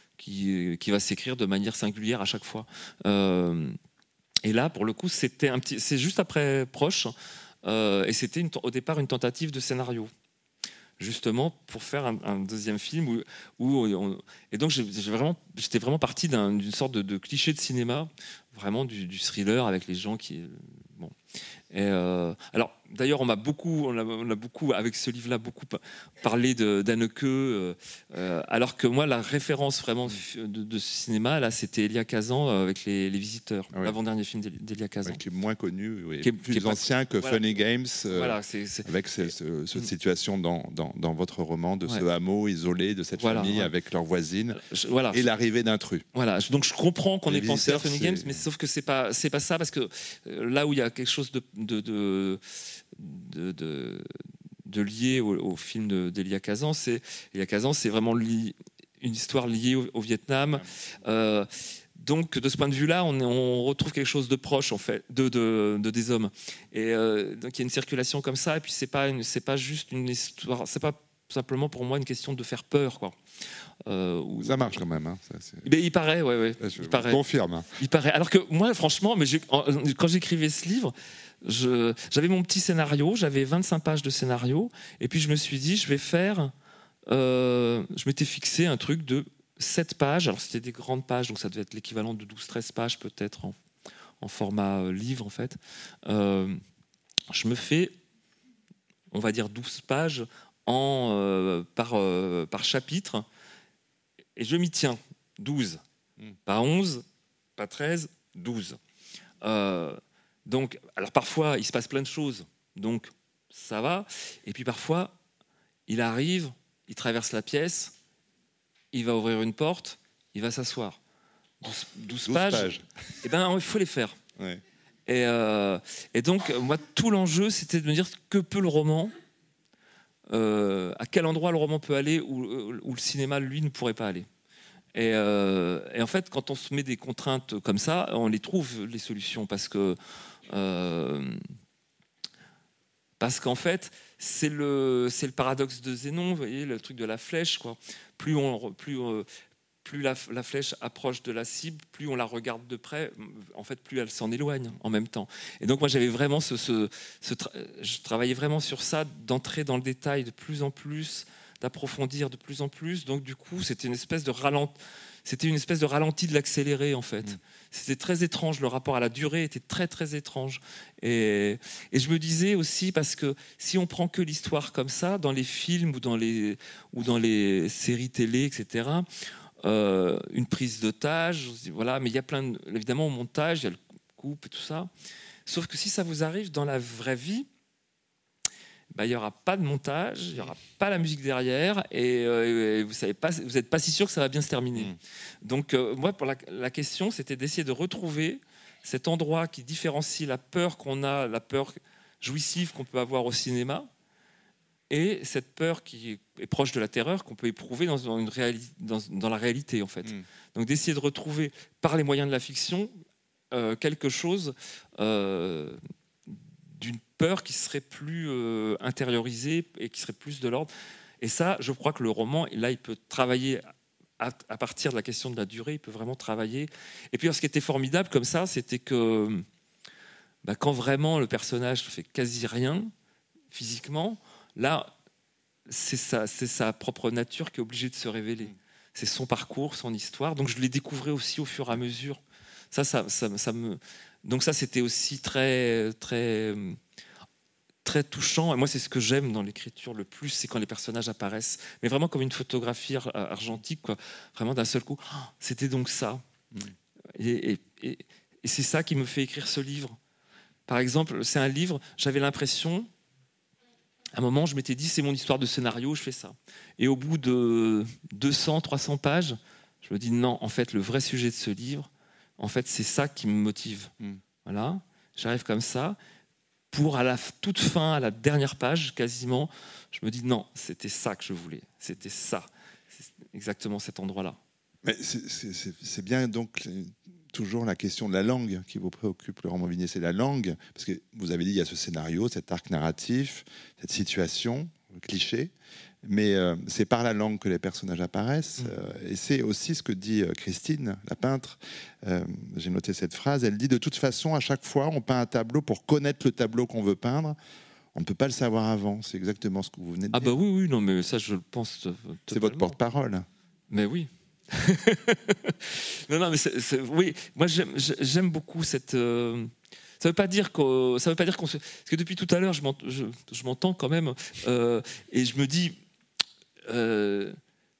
qui, qui va s'écrire de manière singulière à chaque fois. Euh, et là, pour le coup, c'était un petit, c'est juste après Proche. Euh, et c'était une, au départ une tentative de scénario, justement pour faire un, un deuxième film où, où on, et donc j'ai, j'ai vraiment, j'étais vraiment parti d'un, d'une sorte de, de cliché de cinéma, vraiment du, du thriller avec les gens qui bon. Et euh, alors d'ailleurs on m'a beaucoup, on a, on a beaucoup avec ce livre-là beaucoup parlé de, d'Anneke, euh, euh, alors que moi la référence vraiment de, de ce cinéma là c'était Elia Kazan avec les, les Visiteurs, ah oui. l'avant-dernier film d'Elia Kazan, oui, qui est moins connu, oui, qui est plus qui est ancien pas, que voilà. Funny Games, euh, voilà, c'est, c'est, avec ce, ce, cette situation dans, dans, dans votre roman de ouais. ce hameau isolé de cette voilà, famille ouais. avec leurs voisines je, voilà, et l'arrivée d'intrus. Voilà, donc je comprends qu'on les ait pensé à Funny c'est... Games, mais sauf que c'est pas c'est pas ça, parce que là où il y a quelque chose de de de, de, de, de lié au, au film de, d'Elia Kazan, c'est Elia Kazan, c'est vraiment li, une histoire liée au, au Vietnam. Ouais. Euh, donc de ce point de vue-là, on, on retrouve quelque chose de proche en fait, de, de, de des hommes. Et euh, donc il y a une circulation comme ça, et puis c'est pas une, c'est pas juste une histoire, c'est pas simplement pour moi une question de faire peur, quoi. Euh, où... Ça marche quand même. Hein. Ça, c'est... Mais il paraît, ouais, ouais. Je il paraît. confirme. Il paraît. Alors que moi, franchement, mais j'ai, quand j'écrivais ce livre, je, j'avais mon petit scénario, j'avais vingt-cinq pages de scénario, et puis je me suis dit, je vais faire. Euh, je m'étais fixé un truc de sept pages. Alors c'était des grandes pages, donc ça devait être l'équivalent de douze treize pages peut-être en, en format euh, livre en fait. Euh, je me fais, on va dire douze pages en, euh, par, euh, par chapitre. Et je m'y tiens, douze. Mmh. Pas onze, pas treize, douze. Euh, donc, alors parfois, il se passe plein de choses, donc ça va. Et puis parfois, il arrive, il traverse la pièce, il va ouvrir une porte, il va s'asseoir. douze, douze pages, pages. Eh ben, il faut les faire. Ouais. Et, euh, et donc, moi, tout l'enjeu, c'était de me dire que peut le roman, Euh, à quel endroit le roman peut aller où, où le cinéma, lui, ne pourrait pas aller. Et, euh, et en fait, quand on se met des contraintes comme ça, on les trouve, les solutions, parce que euh, parce qu'en fait, c'est le, c'est le paradoxe de Zénon, vous voyez, le truc de la flèche, quoi. Plus on, plus, euh, plus la, la flèche approche de la cible, plus on la regarde de près, en fait, plus elle s'en éloigne en même temps. Et donc moi, j'avais vraiment ce, ce, ce tra- je travaillais vraiment sur ça, d'entrer dans le détail de plus en plus, d'approfondir de plus en plus. Donc du coup, c'était une espèce de ralenti, c'était une espèce de ralenti de l'accéléré en fait. Mmh. C'était très étrange, le rapport à la durée était très très étrange. Et, et je me disais aussi, parce que si on prend que l'histoire comme ça, dans les films ou dans les, ou dans les séries télé, et cetera, Euh, une prise d'otage, voilà, mais il y a plein de, évidemment au montage, il y a le coupe et tout ça. Sauf que si ça vous arrive dans la vraie vie, bah, il n'y aura pas de montage, il n'y aura pas la musique derrière, et, euh, et vous savez pas, vous n'êtes pas si sûr que ça va bien se terminer. Mmh. Donc euh, moi, pour la, la question, c'était d'essayer de retrouver cet endroit qui différencie la peur qu'on a, la peur jouissive qu'on peut avoir au cinéma, et cette peur qui est proche de la terreur qu'on peut éprouver dans, une réali- dans, dans la réalité, en fait. Mmh. Donc d'essayer de retrouver, par les moyens de la fiction, euh, quelque chose euh, d'une peur qui serait plus euh, intériorisée et qui serait plus de l'ordre. Et ça, je crois que le roman, là, il peut travailler à, à partir de la question de la durée, il peut vraiment travailler. Et puis, ce qui était formidable comme ça, c'était que bah, quand vraiment le personnage ne fait quasi rien physiquement, là, c'est sa, c'est sa propre nature qui est obligée de se révéler. C'est son parcours, son histoire. Donc, je l'ai découvert aussi au fur et à mesure. Ça, ça, ça, ça me... Donc ça, c'était aussi très, très, très touchant. Et moi, c'est ce que j'aime dans l'écriture le plus, c'est quand les personnages apparaissent. Mais vraiment comme une photographie ar- argentique, quoi. Vraiment d'un seul coup. Oh, c'était donc ça. Mmh. Et, et, et, et c'est ça qui me fait écrire ce livre. Par exemple, c'est un livre, j'avais l'impression... À un moment, je m'étais dit, c'est mon histoire de scénario, je fais ça. Et au bout de deux cents, trois cents pages, je me dis, non, en fait, le vrai sujet de ce livre, en fait, c'est ça qui me motive. Mm. Voilà, j'arrive comme ça. Pour, à la toute fin, à la dernière page, quasiment, je me dis, non, c'était ça que je voulais. C'était ça. C'est exactement cet endroit-là. Mais c'est, c'est, c'est bien, donc... toujours la question de la langue qui vous préoccupe, Laurent Mauvigné, c'est la langue, parce que vous avez dit il y a ce scénario, cet arc narratif, cette situation, le cliché, mais euh, c'est par la langue que les personnages apparaissent, mmh. euh, et c'est aussi ce que dit euh, Christine, la peintre. Euh, j'ai noté cette phrase, elle dit de toute façon, à chaque fois, on peint un tableau pour connaître le tableau qu'on veut peindre. On ne peut pas le savoir avant. C'est exactement ce que vous venez de ah dire. Ah bah oui, oui, non, mais ça, je le pense totalement. C'est votre porte-parole. Mais oui. non, non, mais c'est, c'est, oui, moi j'aime, j'aime beaucoup cette. Euh, ça veut pas dire qu'on, ça veut pas dire qu'on se. Parce que depuis tout à l'heure, je, m'ent, je, je m'entends quand même, euh, et je me dis. Euh,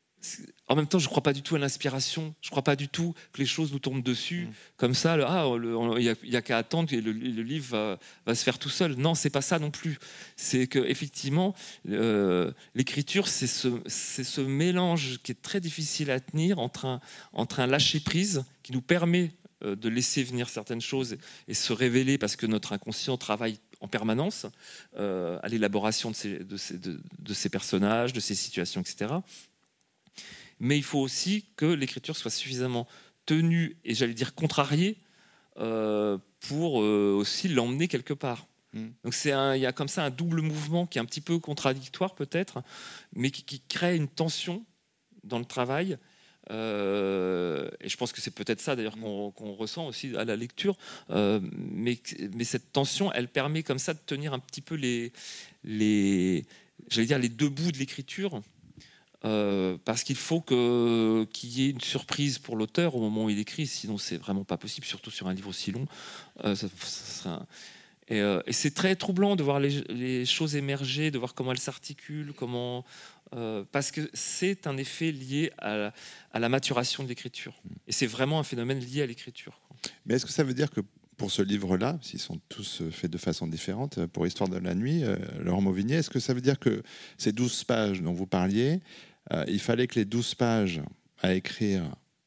en même temps, je ne crois pas du tout à l'inspiration. Je ne crois pas du tout que les choses nous tombent dessus mmh. comme ça. Le, ah, il n'y a, a qu'à attendre et le, le livre va, va se faire tout seul. Non, c'est pas ça non plus. C'est que effectivement, euh, l'écriture, c'est ce, c'est ce mélange qui est très difficile à tenir entre un, entre un lâcher prise qui nous permet euh, de laisser venir certaines choses et, et se révéler parce que notre inconscient travaille en permanence euh, à l'élaboration de ces, de, ces, de, de ces personnages, de ces situations, et cetera. Mais il faut aussi que l'écriture soit suffisamment tenue et, j'allais dire, contrariée euh, pour euh, aussi l'emmener quelque part. Mmh. Donc c'est un, il y a comme ça un double mouvement qui est un petit peu contradictoire peut-être, mais qui, qui crée une tension dans le travail. Euh, et je pense que c'est peut-être ça d'ailleurs qu'on, qu'on ressent aussi à la lecture. Euh, mais, mais cette tension, elle permet comme ça de tenir un petit peu les, les, j'allais dire, les deux bouts de l'écriture. Euh, parce qu'il faut que, qu'il y ait une surprise pour l'auteur au moment où il écrit, sinon c'est vraiment pas possible, surtout sur un livre aussi long. Euh, ça, ça serait un... et, euh, et c'est très troublant de voir les, les choses émerger, de voir comment elles s'articulent, comment, euh, parce que c'est un effet lié à la, à la maturation de l'écriture. Et c'est vraiment un phénomène lié à l'écriture. Mais est-ce que ça veut dire que pour ce livre-là, s'ils sont tous faits de façon différente, pour Histoire de la nuit, euh, Laurent Mauvigné, est-ce que ça veut dire que ces douze pages dont vous parliez, Euh, il fallait que les douze pages à écrire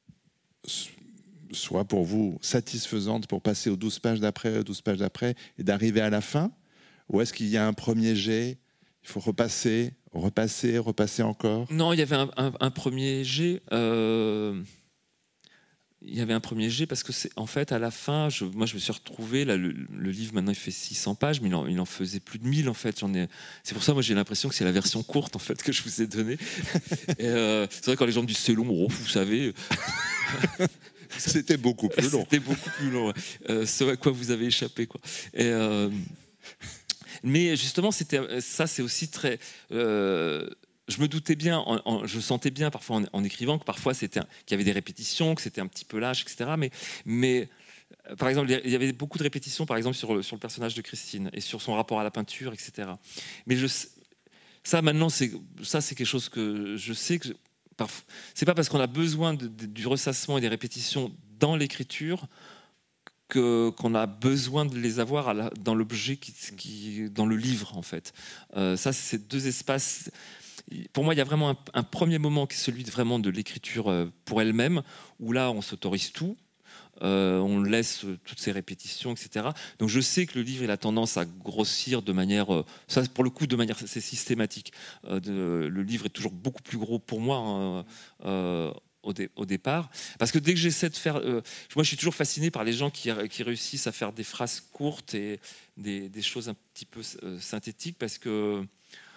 soient pour vous satisfaisantes pour passer aux douze pages d'après, aux douze pages d'après et d'arriver à la fin? Ou est-ce qu'il y a un premier jet, il faut repasser, repasser, repasser encore? Non, il y avait un, un, un premier jet. Euh... Il y avait un premier jet parce que c'est en fait à la fin, je, moi je me suis retrouvé là, le, le livre maintenant il fait six cents pages, mais il en, il en faisait plus de mille en fait. J'en ai, c'est pour ça moi j'ai l'impression que c'est la version courte en fait que je vous ai donnée. Et euh, c'est vrai quand les gens me disent c'est long, oh, vous savez, c'était beaucoup plus long. C'était beaucoup plus long. Ouais. Euh, ce à quoi vous avez échappé quoi. Et, euh, mais justement c'était ça, c'est aussi très. Euh, Je me doutais bien, en, en, je sentais bien parfois en, en écrivant que parfois c'était un, qu'il y avait des répétitions, que c'était un petit peu lâche, et cetera. Mais, mais par exemple, il y avait beaucoup de répétitions, par exemple sur le, sur le personnage de Christine et sur son rapport à la peinture, et cetera. Mais je, ça maintenant, c'est, ça c'est quelque chose que je sais que je, parfois, c'est pas parce qu'on a besoin de, de, du ressassement et des répétitions dans l'écriture que, qu'on a besoin de les avoir à la, dans l'objet, qui, qui, dans le livre en fait. Euh, ça, c'est deux espaces. Pour moi, il y a vraiment un, un premier moment qui est celui de, vraiment de l'écriture pour elle-même, où là, on s'autorise tout, euh, on laisse toutes ces répétitions, et cetera. Donc, je sais que le livre, il a tendance à grossir de manière, ça, pour le coup, de manière c'est systématique. Euh, de, le livre est toujours beaucoup plus gros pour moi hein, euh, au, dé, au départ, parce que dès que j'essaie de faire, euh, moi, je suis toujours fasciné par les gens qui, qui réussissent à faire des phrases courtes et des, des choses un petit peu euh, synthétiques, parce que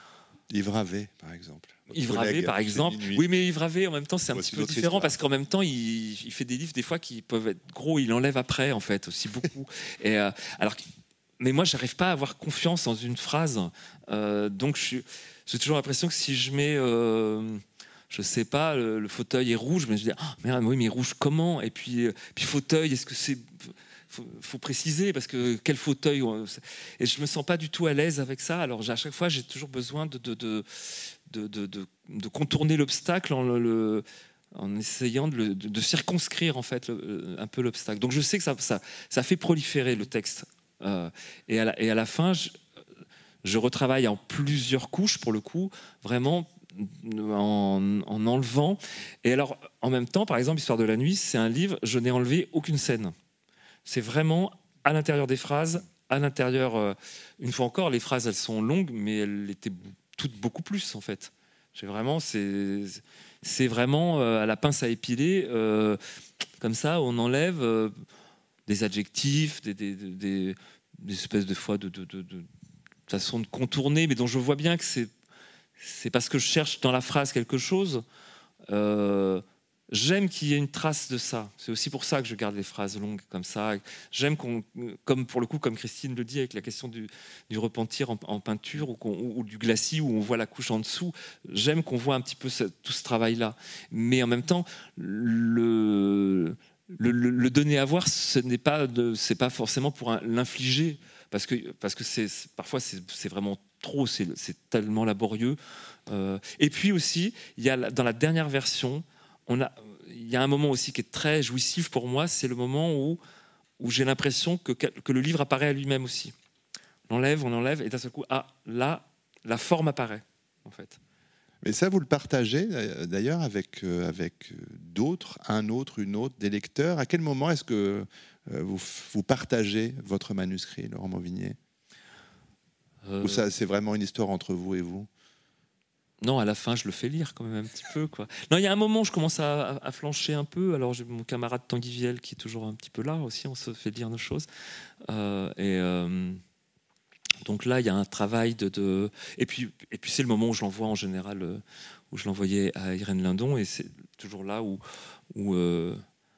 Yves Ravet, par exemple. Yves Ravet, par exemple. Oui, mais Yves Ravet, en même temps, c'est un Bon, petit c'est peu notre différent histoire. parce qu'en même temps, il, il fait des livres des fois qui peuvent être gros. Il enlève après, en fait, aussi beaucoup. Et euh, alors, mais moi, j'arrive pas à avoir confiance dans une phrase. Euh, donc, je suis, j'ai toujours l'impression que si je mets, euh, je sais pas, le, le fauteuil est rouge, mais je dis, ah, merde, oui, mais rouge comment? Et puis, euh, puis fauteuil, est-ce que c'est faut, faut préciser parce que quel fauteuil? Et je me sens pas du tout à l'aise avec ça. Alors, à chaque fois, j'ai toujours besoin de, de, de De, de, de, de contourner l'obstacle en, le, le, en essayant de, le, de, de circonscrire en fait le, un peu l'obstacle. Donc je sais que ça, ça, ça fait proliférer le texte. Euh, et, à la, et à la fin, je, je retravaille en plusieurs couches pour le coup, vraiment en, en enlevant. Et alors, en même temps, par exemple, Histoire de la nuit, c'est un livre, je n'ai enlevé aucune scène. C'est vraiment à l'intérieur des phrases, à l'intérieur. Euh, une fois encore, les phrases, elles sont longues, mais elles étaient toutes beaucoup plus en fait. J'ai vraiment, c'est, c'est vraiment euh, à la pince à épiler, euh, comme ça, on enlève euh, des adjectifs, des, des, des, des espèces de fois de, de, de, de façon de contourner, mais dont je vois bien que c'est, c'est parce que je cherche dans la phrase quelque chose. Euh, J'aime qu'il y ait une trace de ça. C'est aussi pour ça que je garde les phrases longues comme ça. J'aime qu'on, comme pour le coup, comme Christine le dit, avec la question du, du repentir en, en peinture ou, qu'on, ou du glacis où on voit la couche en dessous. J'aime qu'on voit un petit peu ce, tout ce travail-là. Mais en même temps, le, le, le, le donner à voir, ce n'est pas, de, c'est pas forcément pour un, l'infliger, parce que, parce que c'est, c'est, parfois c'est, c'est vraiment trop, c'est, c'est tellement laborieux. Euh, et puis aussi, il y a dans la dernière version, On a, il y a un moment aussi qui est très jouissif pour moi, c'est le moment où, où j'ai l'impression que, que le livre apparaît à lui-même aussi. On enlève, on enlève, et d'un seul coup, ah, là, la forme apparaît, en fait. Mais ça, vous le partagez d'ailleurs avec, euh, avec d'autres, un autre, une autre, des lecteurs. À quel moment est-ce que euh, vous, vous partagez votre manuscrit, Laurent Mauvigné ? euh... Ou ça, c'est vraiment une histoire entre vous et vous ? Non, à la fin, je le fais lire quand même un petit peu, quoi. Non, il y a un moment où je commence à, à, à flancher un peu. Alors, j'ai mon camarade Tanguy Viel qui est toujours un petit peu là aussi. On se fait lire nos choses. Euh, et euh, donc là, il y a un travail de, de... Et puis, et puis c'est le moment où je l'envoie en général, euh, où je l'envoyais à Irène Lindon. Et c'est toujours là où... où euh...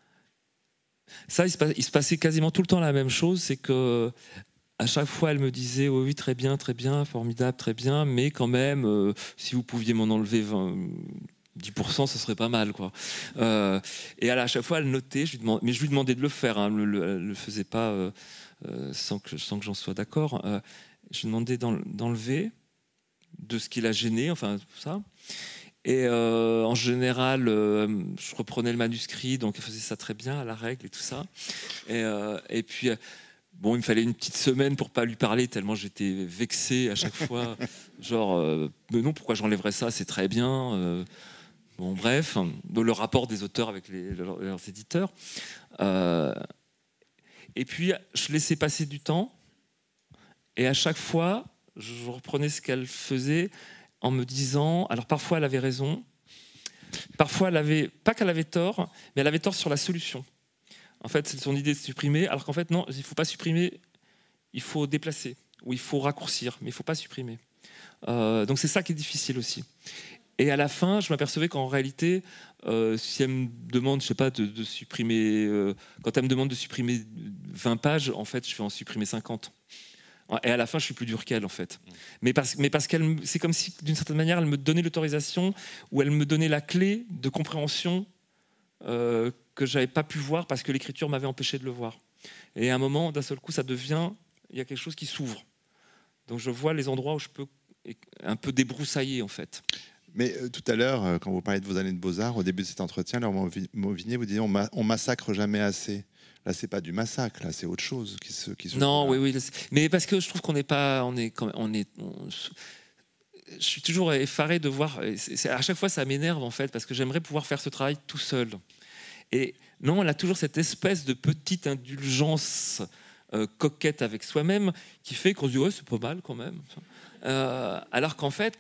Ça, il se, passe, il se passait quasiment tout le temps la même chose. C'est que... À chaque fois, elle me disait oh oui, très bien, très bien, formidable, très bien, mais quand même, euh, si vous pouviez m'en enlever vingt, dix pour cent, ce serait pas mal, quoi. Euh, et à chaque fois, elle notait, je lui demandais, mais je lui demandais de le faire, hein, elle ne le faisait pas euh, euh, sans que, sans que j'en sois d'accord. Euh, je lui demandais d'enlever de ce qui l'a gêné, enfin tout ça. Et euh, en général, euh, je reprenais le manuscrit, donc elle faisait ça très bien à la règle et tout ça. Et, euh, et puis. Bon, il me fallait une petite semaine pour pas lui parler tellement j'étais vexé à chaque fois. Genre, euh, mais non, pourquoi j'enlèverais ça? C'est très bien. Euh, bon, bref, le rapport des auteurs avec les, leurs, leurs éditeurs. Euh, et puis, je laissais passer du temps. Et à chaque fois, je reprenais ce qu'elle faisait en me disant... Alors, parfois, elle avait raison. Parfois, elle avait... Pas qu'elle avait tort, mais elle avait tort sur la solution. En fait, c'est son idée de supprimer, alors qu'en fait, non, il ne faut pas supprimer, il faut déplacer, ou il faut raccourcir, mais il ne faut pas supprimer. Euh, donc c'est ça qui est difficile aussi. Et à la fin, je m'apercevais qu'en réalité, euh, si elle me demande, je sais pas, de, de supprimer, euh, quand elle me demande de supprimer vingt pages, en fait, je vais en supprimer cinquante. Et à la fin, je suis plus dur qu'elle, en fait. Mais parce, mais parce qu'elle, c'est comme si, d'une certaine manière, elle me donnait l'autorisation, ou elle me donnait la clé de compréhension. Euh, que j'avais pas pu voir parce que l'écriture m'avait empêché de le voir. Et à un moment, d'un seul coup, ça devient, il y a quelque chose qui s'ouvre. Donc je vois les endroits où je peux un peu débroussailler en fait. Mais euh, tout à l'heure, euh, quand vous parlez de vos années de Beaux-Arts, au début de cet entretien, Laurent Mauvigné, vous disiez on, ma- on massacre jamais assez. Là, c'est pas du massacre, là, c'est autre chose qui se. Qui se non, oui, oui, mais parce que je trouve qu'on n'est pas, on est, quand on est. On, je suis toujours effaré de voir. C'est, c'est, à chaque fois, ça m'énerve en fait parce que j'aimerais pouvoir faire ce travail tout seul. Et non, elle a toujours cette espèce de petite indulgence euh, coquette avec soi-même qui fait qu'on se dit ouais, c'est pas mal quand même. Euh, alors qu'en fait,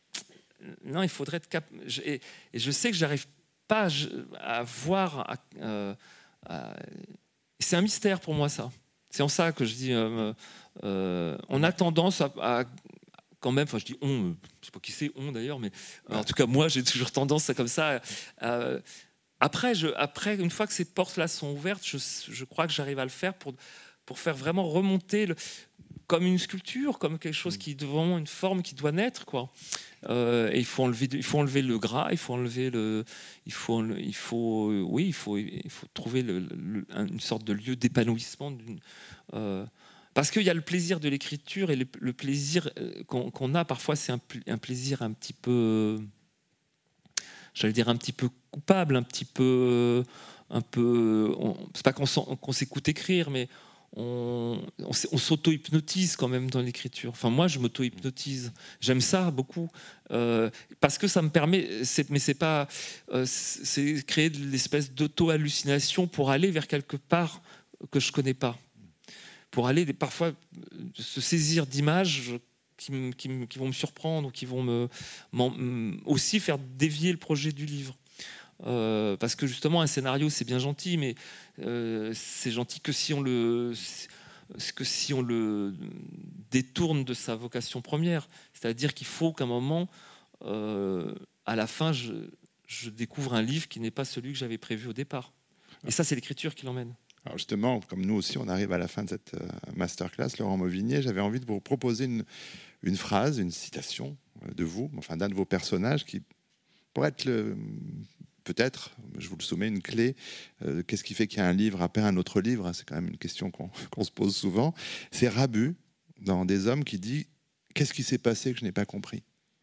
non, il faudrait être capable. Et, et je sais que j'arrive pas à voir. À, euh, à... C'est un mystère pour moi ça. C'est en ça que je dis. Euh, euh, on a tendance à, à quand même, enfin je dis on, je sais pas qui c'est on d'ailleurs, mais en tout cas moi j'ai toujours tendance à comme ça. Euh, après, je, après, une fois que ces portes-là sont ouvertes, je, je crois que j'arrive à le faire pour, pour faire vraiment remonter le, comme une sculpture, comme quelque chose qui devant une forme qui doit naître, quoi. Euh, et il faut enlever, il faut enlever le gras, il faut enlever le, il faut, il faut, oui, il faut, il faut trouver le, le, une sorte de lieu d'épanouissement. D'une, euh, parce qu'il y a le plaisir de l'écriture et le, le plaisir qu'on, qu'on a parfois, c'est un, un plaisir un petit peu, j'allais dire un petit peu coupable, un petit peu, un peu. On, c'est pas qu'on, qu'on s'écoute écrire, mais On, on, on s'auto-hypnotise quand même dans l'écriture. Enfin, moi, je m'auto-hypnotise. J'aime ça beaucoup euh, parce que ça me permet. C'est, mais c'est pas. Euh, c'est créer de l'espèce d'auto-hallucination pour aller vers quelque part que je connais pas. Pour aller parfois se saisir d'images qui, qui, qui vont me surprendre ou qui vont me aussi faire dévier le projet du livre. Euh, parce que justement un scénario c'est bien gentil, mais euh, c'est gentil que si on le que si on le détourne de sa vocation première, c'est-à-dire qu'il faut qu'à un moment euh, à la fin je, je découvre un livre qui n'est pas celui que j'avais prévu au départ, et ça c'est l'écriture qui l'emmène. Alors justement, comme nous aussi on arrive à la fin de cette masterclass, Laurent Mauvignier, j'avais envie de vous proposer une, une phrase, une citation de vous, enfin d'un de vos personnages qui pourrait être le peut-être, je vous le soumets, une clé. Euh, qu'est-ce qui fait qu'il y a un livre après un autre livre? C'est quand même une question qu'on, qu'on se pose souvent. C'est Rabu, dans Des Hommes, qui dit « Qu'est-ce qui s'est passé que je n'ai pas compris ?»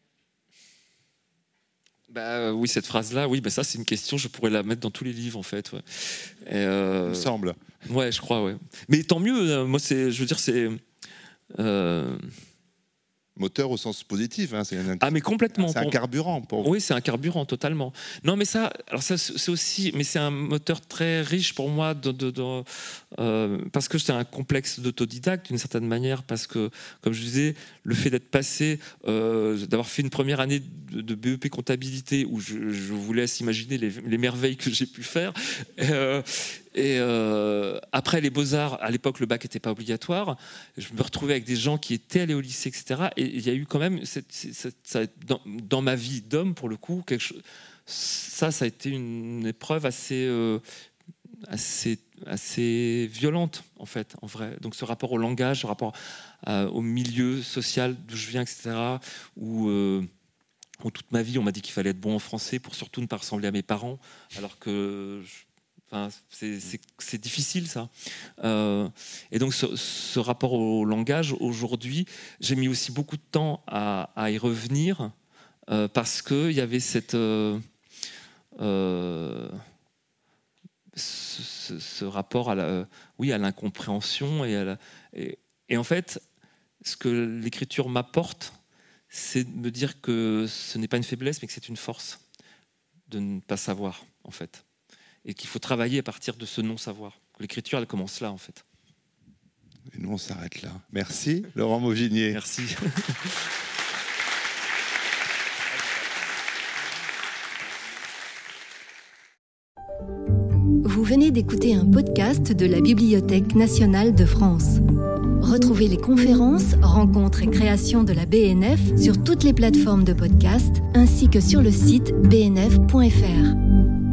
Bah, oui, cette phrase-là, oui, bah, ça c'est une question, je pourrais la mettre dans tous les livres en fait. Ouais. Et euh... Il me semble. Ouais, je crois, ouais. Mais tant mieux, moi, c'est, je veux dire, c'est... Euh... Moteur au sens positif, hein, c'est un, ah mais complètement. C'est un carburant pour vous. Oui, c'est un carburant totalement. Non, mais ça, alors ça, c'est aussi, mais c'est un moteur très riche pour moi, de, de, de, euh, parce que c'est un complexe d'autodidacte d'une certaine manière, parce que, comme je disais, le fait d'être passé, euh, d'avoir fait une première année de, de B E P comptabilité où je, je vous laisse imaginer les, les merveilles que j'ai pu faire. Euh, Et euh, après les Beaux-Arts, à l'époque, le bac n'était pas obligatoire. Je me retrouvais avec des gens qui étaient allés au lycée, et cetera. Et il y a eu quand même, cette, cette, cette, dans, dans ma vie d'homme, pour le coup, quelque chose, ça, ça a été une épreuve assez, euh, assez, assez violente, en fait, en vrai. Donc ce rapport au langage, ce rapport euh, au milieu social d'où je viens, et cetera, où... Euh, où toute ma vie, on m'a dit qu'il fallait être bon en français pour surtout ne pas ressembler à mes parents, alors que... Je, Enfin, c'est, c'est, c'est difficile ça. Euh, et donc ce, ce rapport au langage, aujourd'hui, j'ai mis aussi beaucoup de temps à, à y revenir euh, parce qu'il y avait cette, euh, euh, ce, ce, ce rapport à, la, oui, à l'incompréhension. Et, à la, et, et en fait, ce que l'écriture m'apporte, c'est de me dire que ce n'est pas une faiblesse, mais que c'est une force de ne pas savoir, en fait. Et qu'il faut travailler à partir de ce non-savoir. L'écriture, elle commence là, en fait. Et nous, on s'arrête là. Merci, Laurent Mauvignier. Merci. Vous venez d'écouter un podcast de la Bibliothèque nationale de France. Retrouvez les conférences, rencontres et créations de la B N F sur toutes les plateformes de podcast, ainsi que sur le site b n f point f r.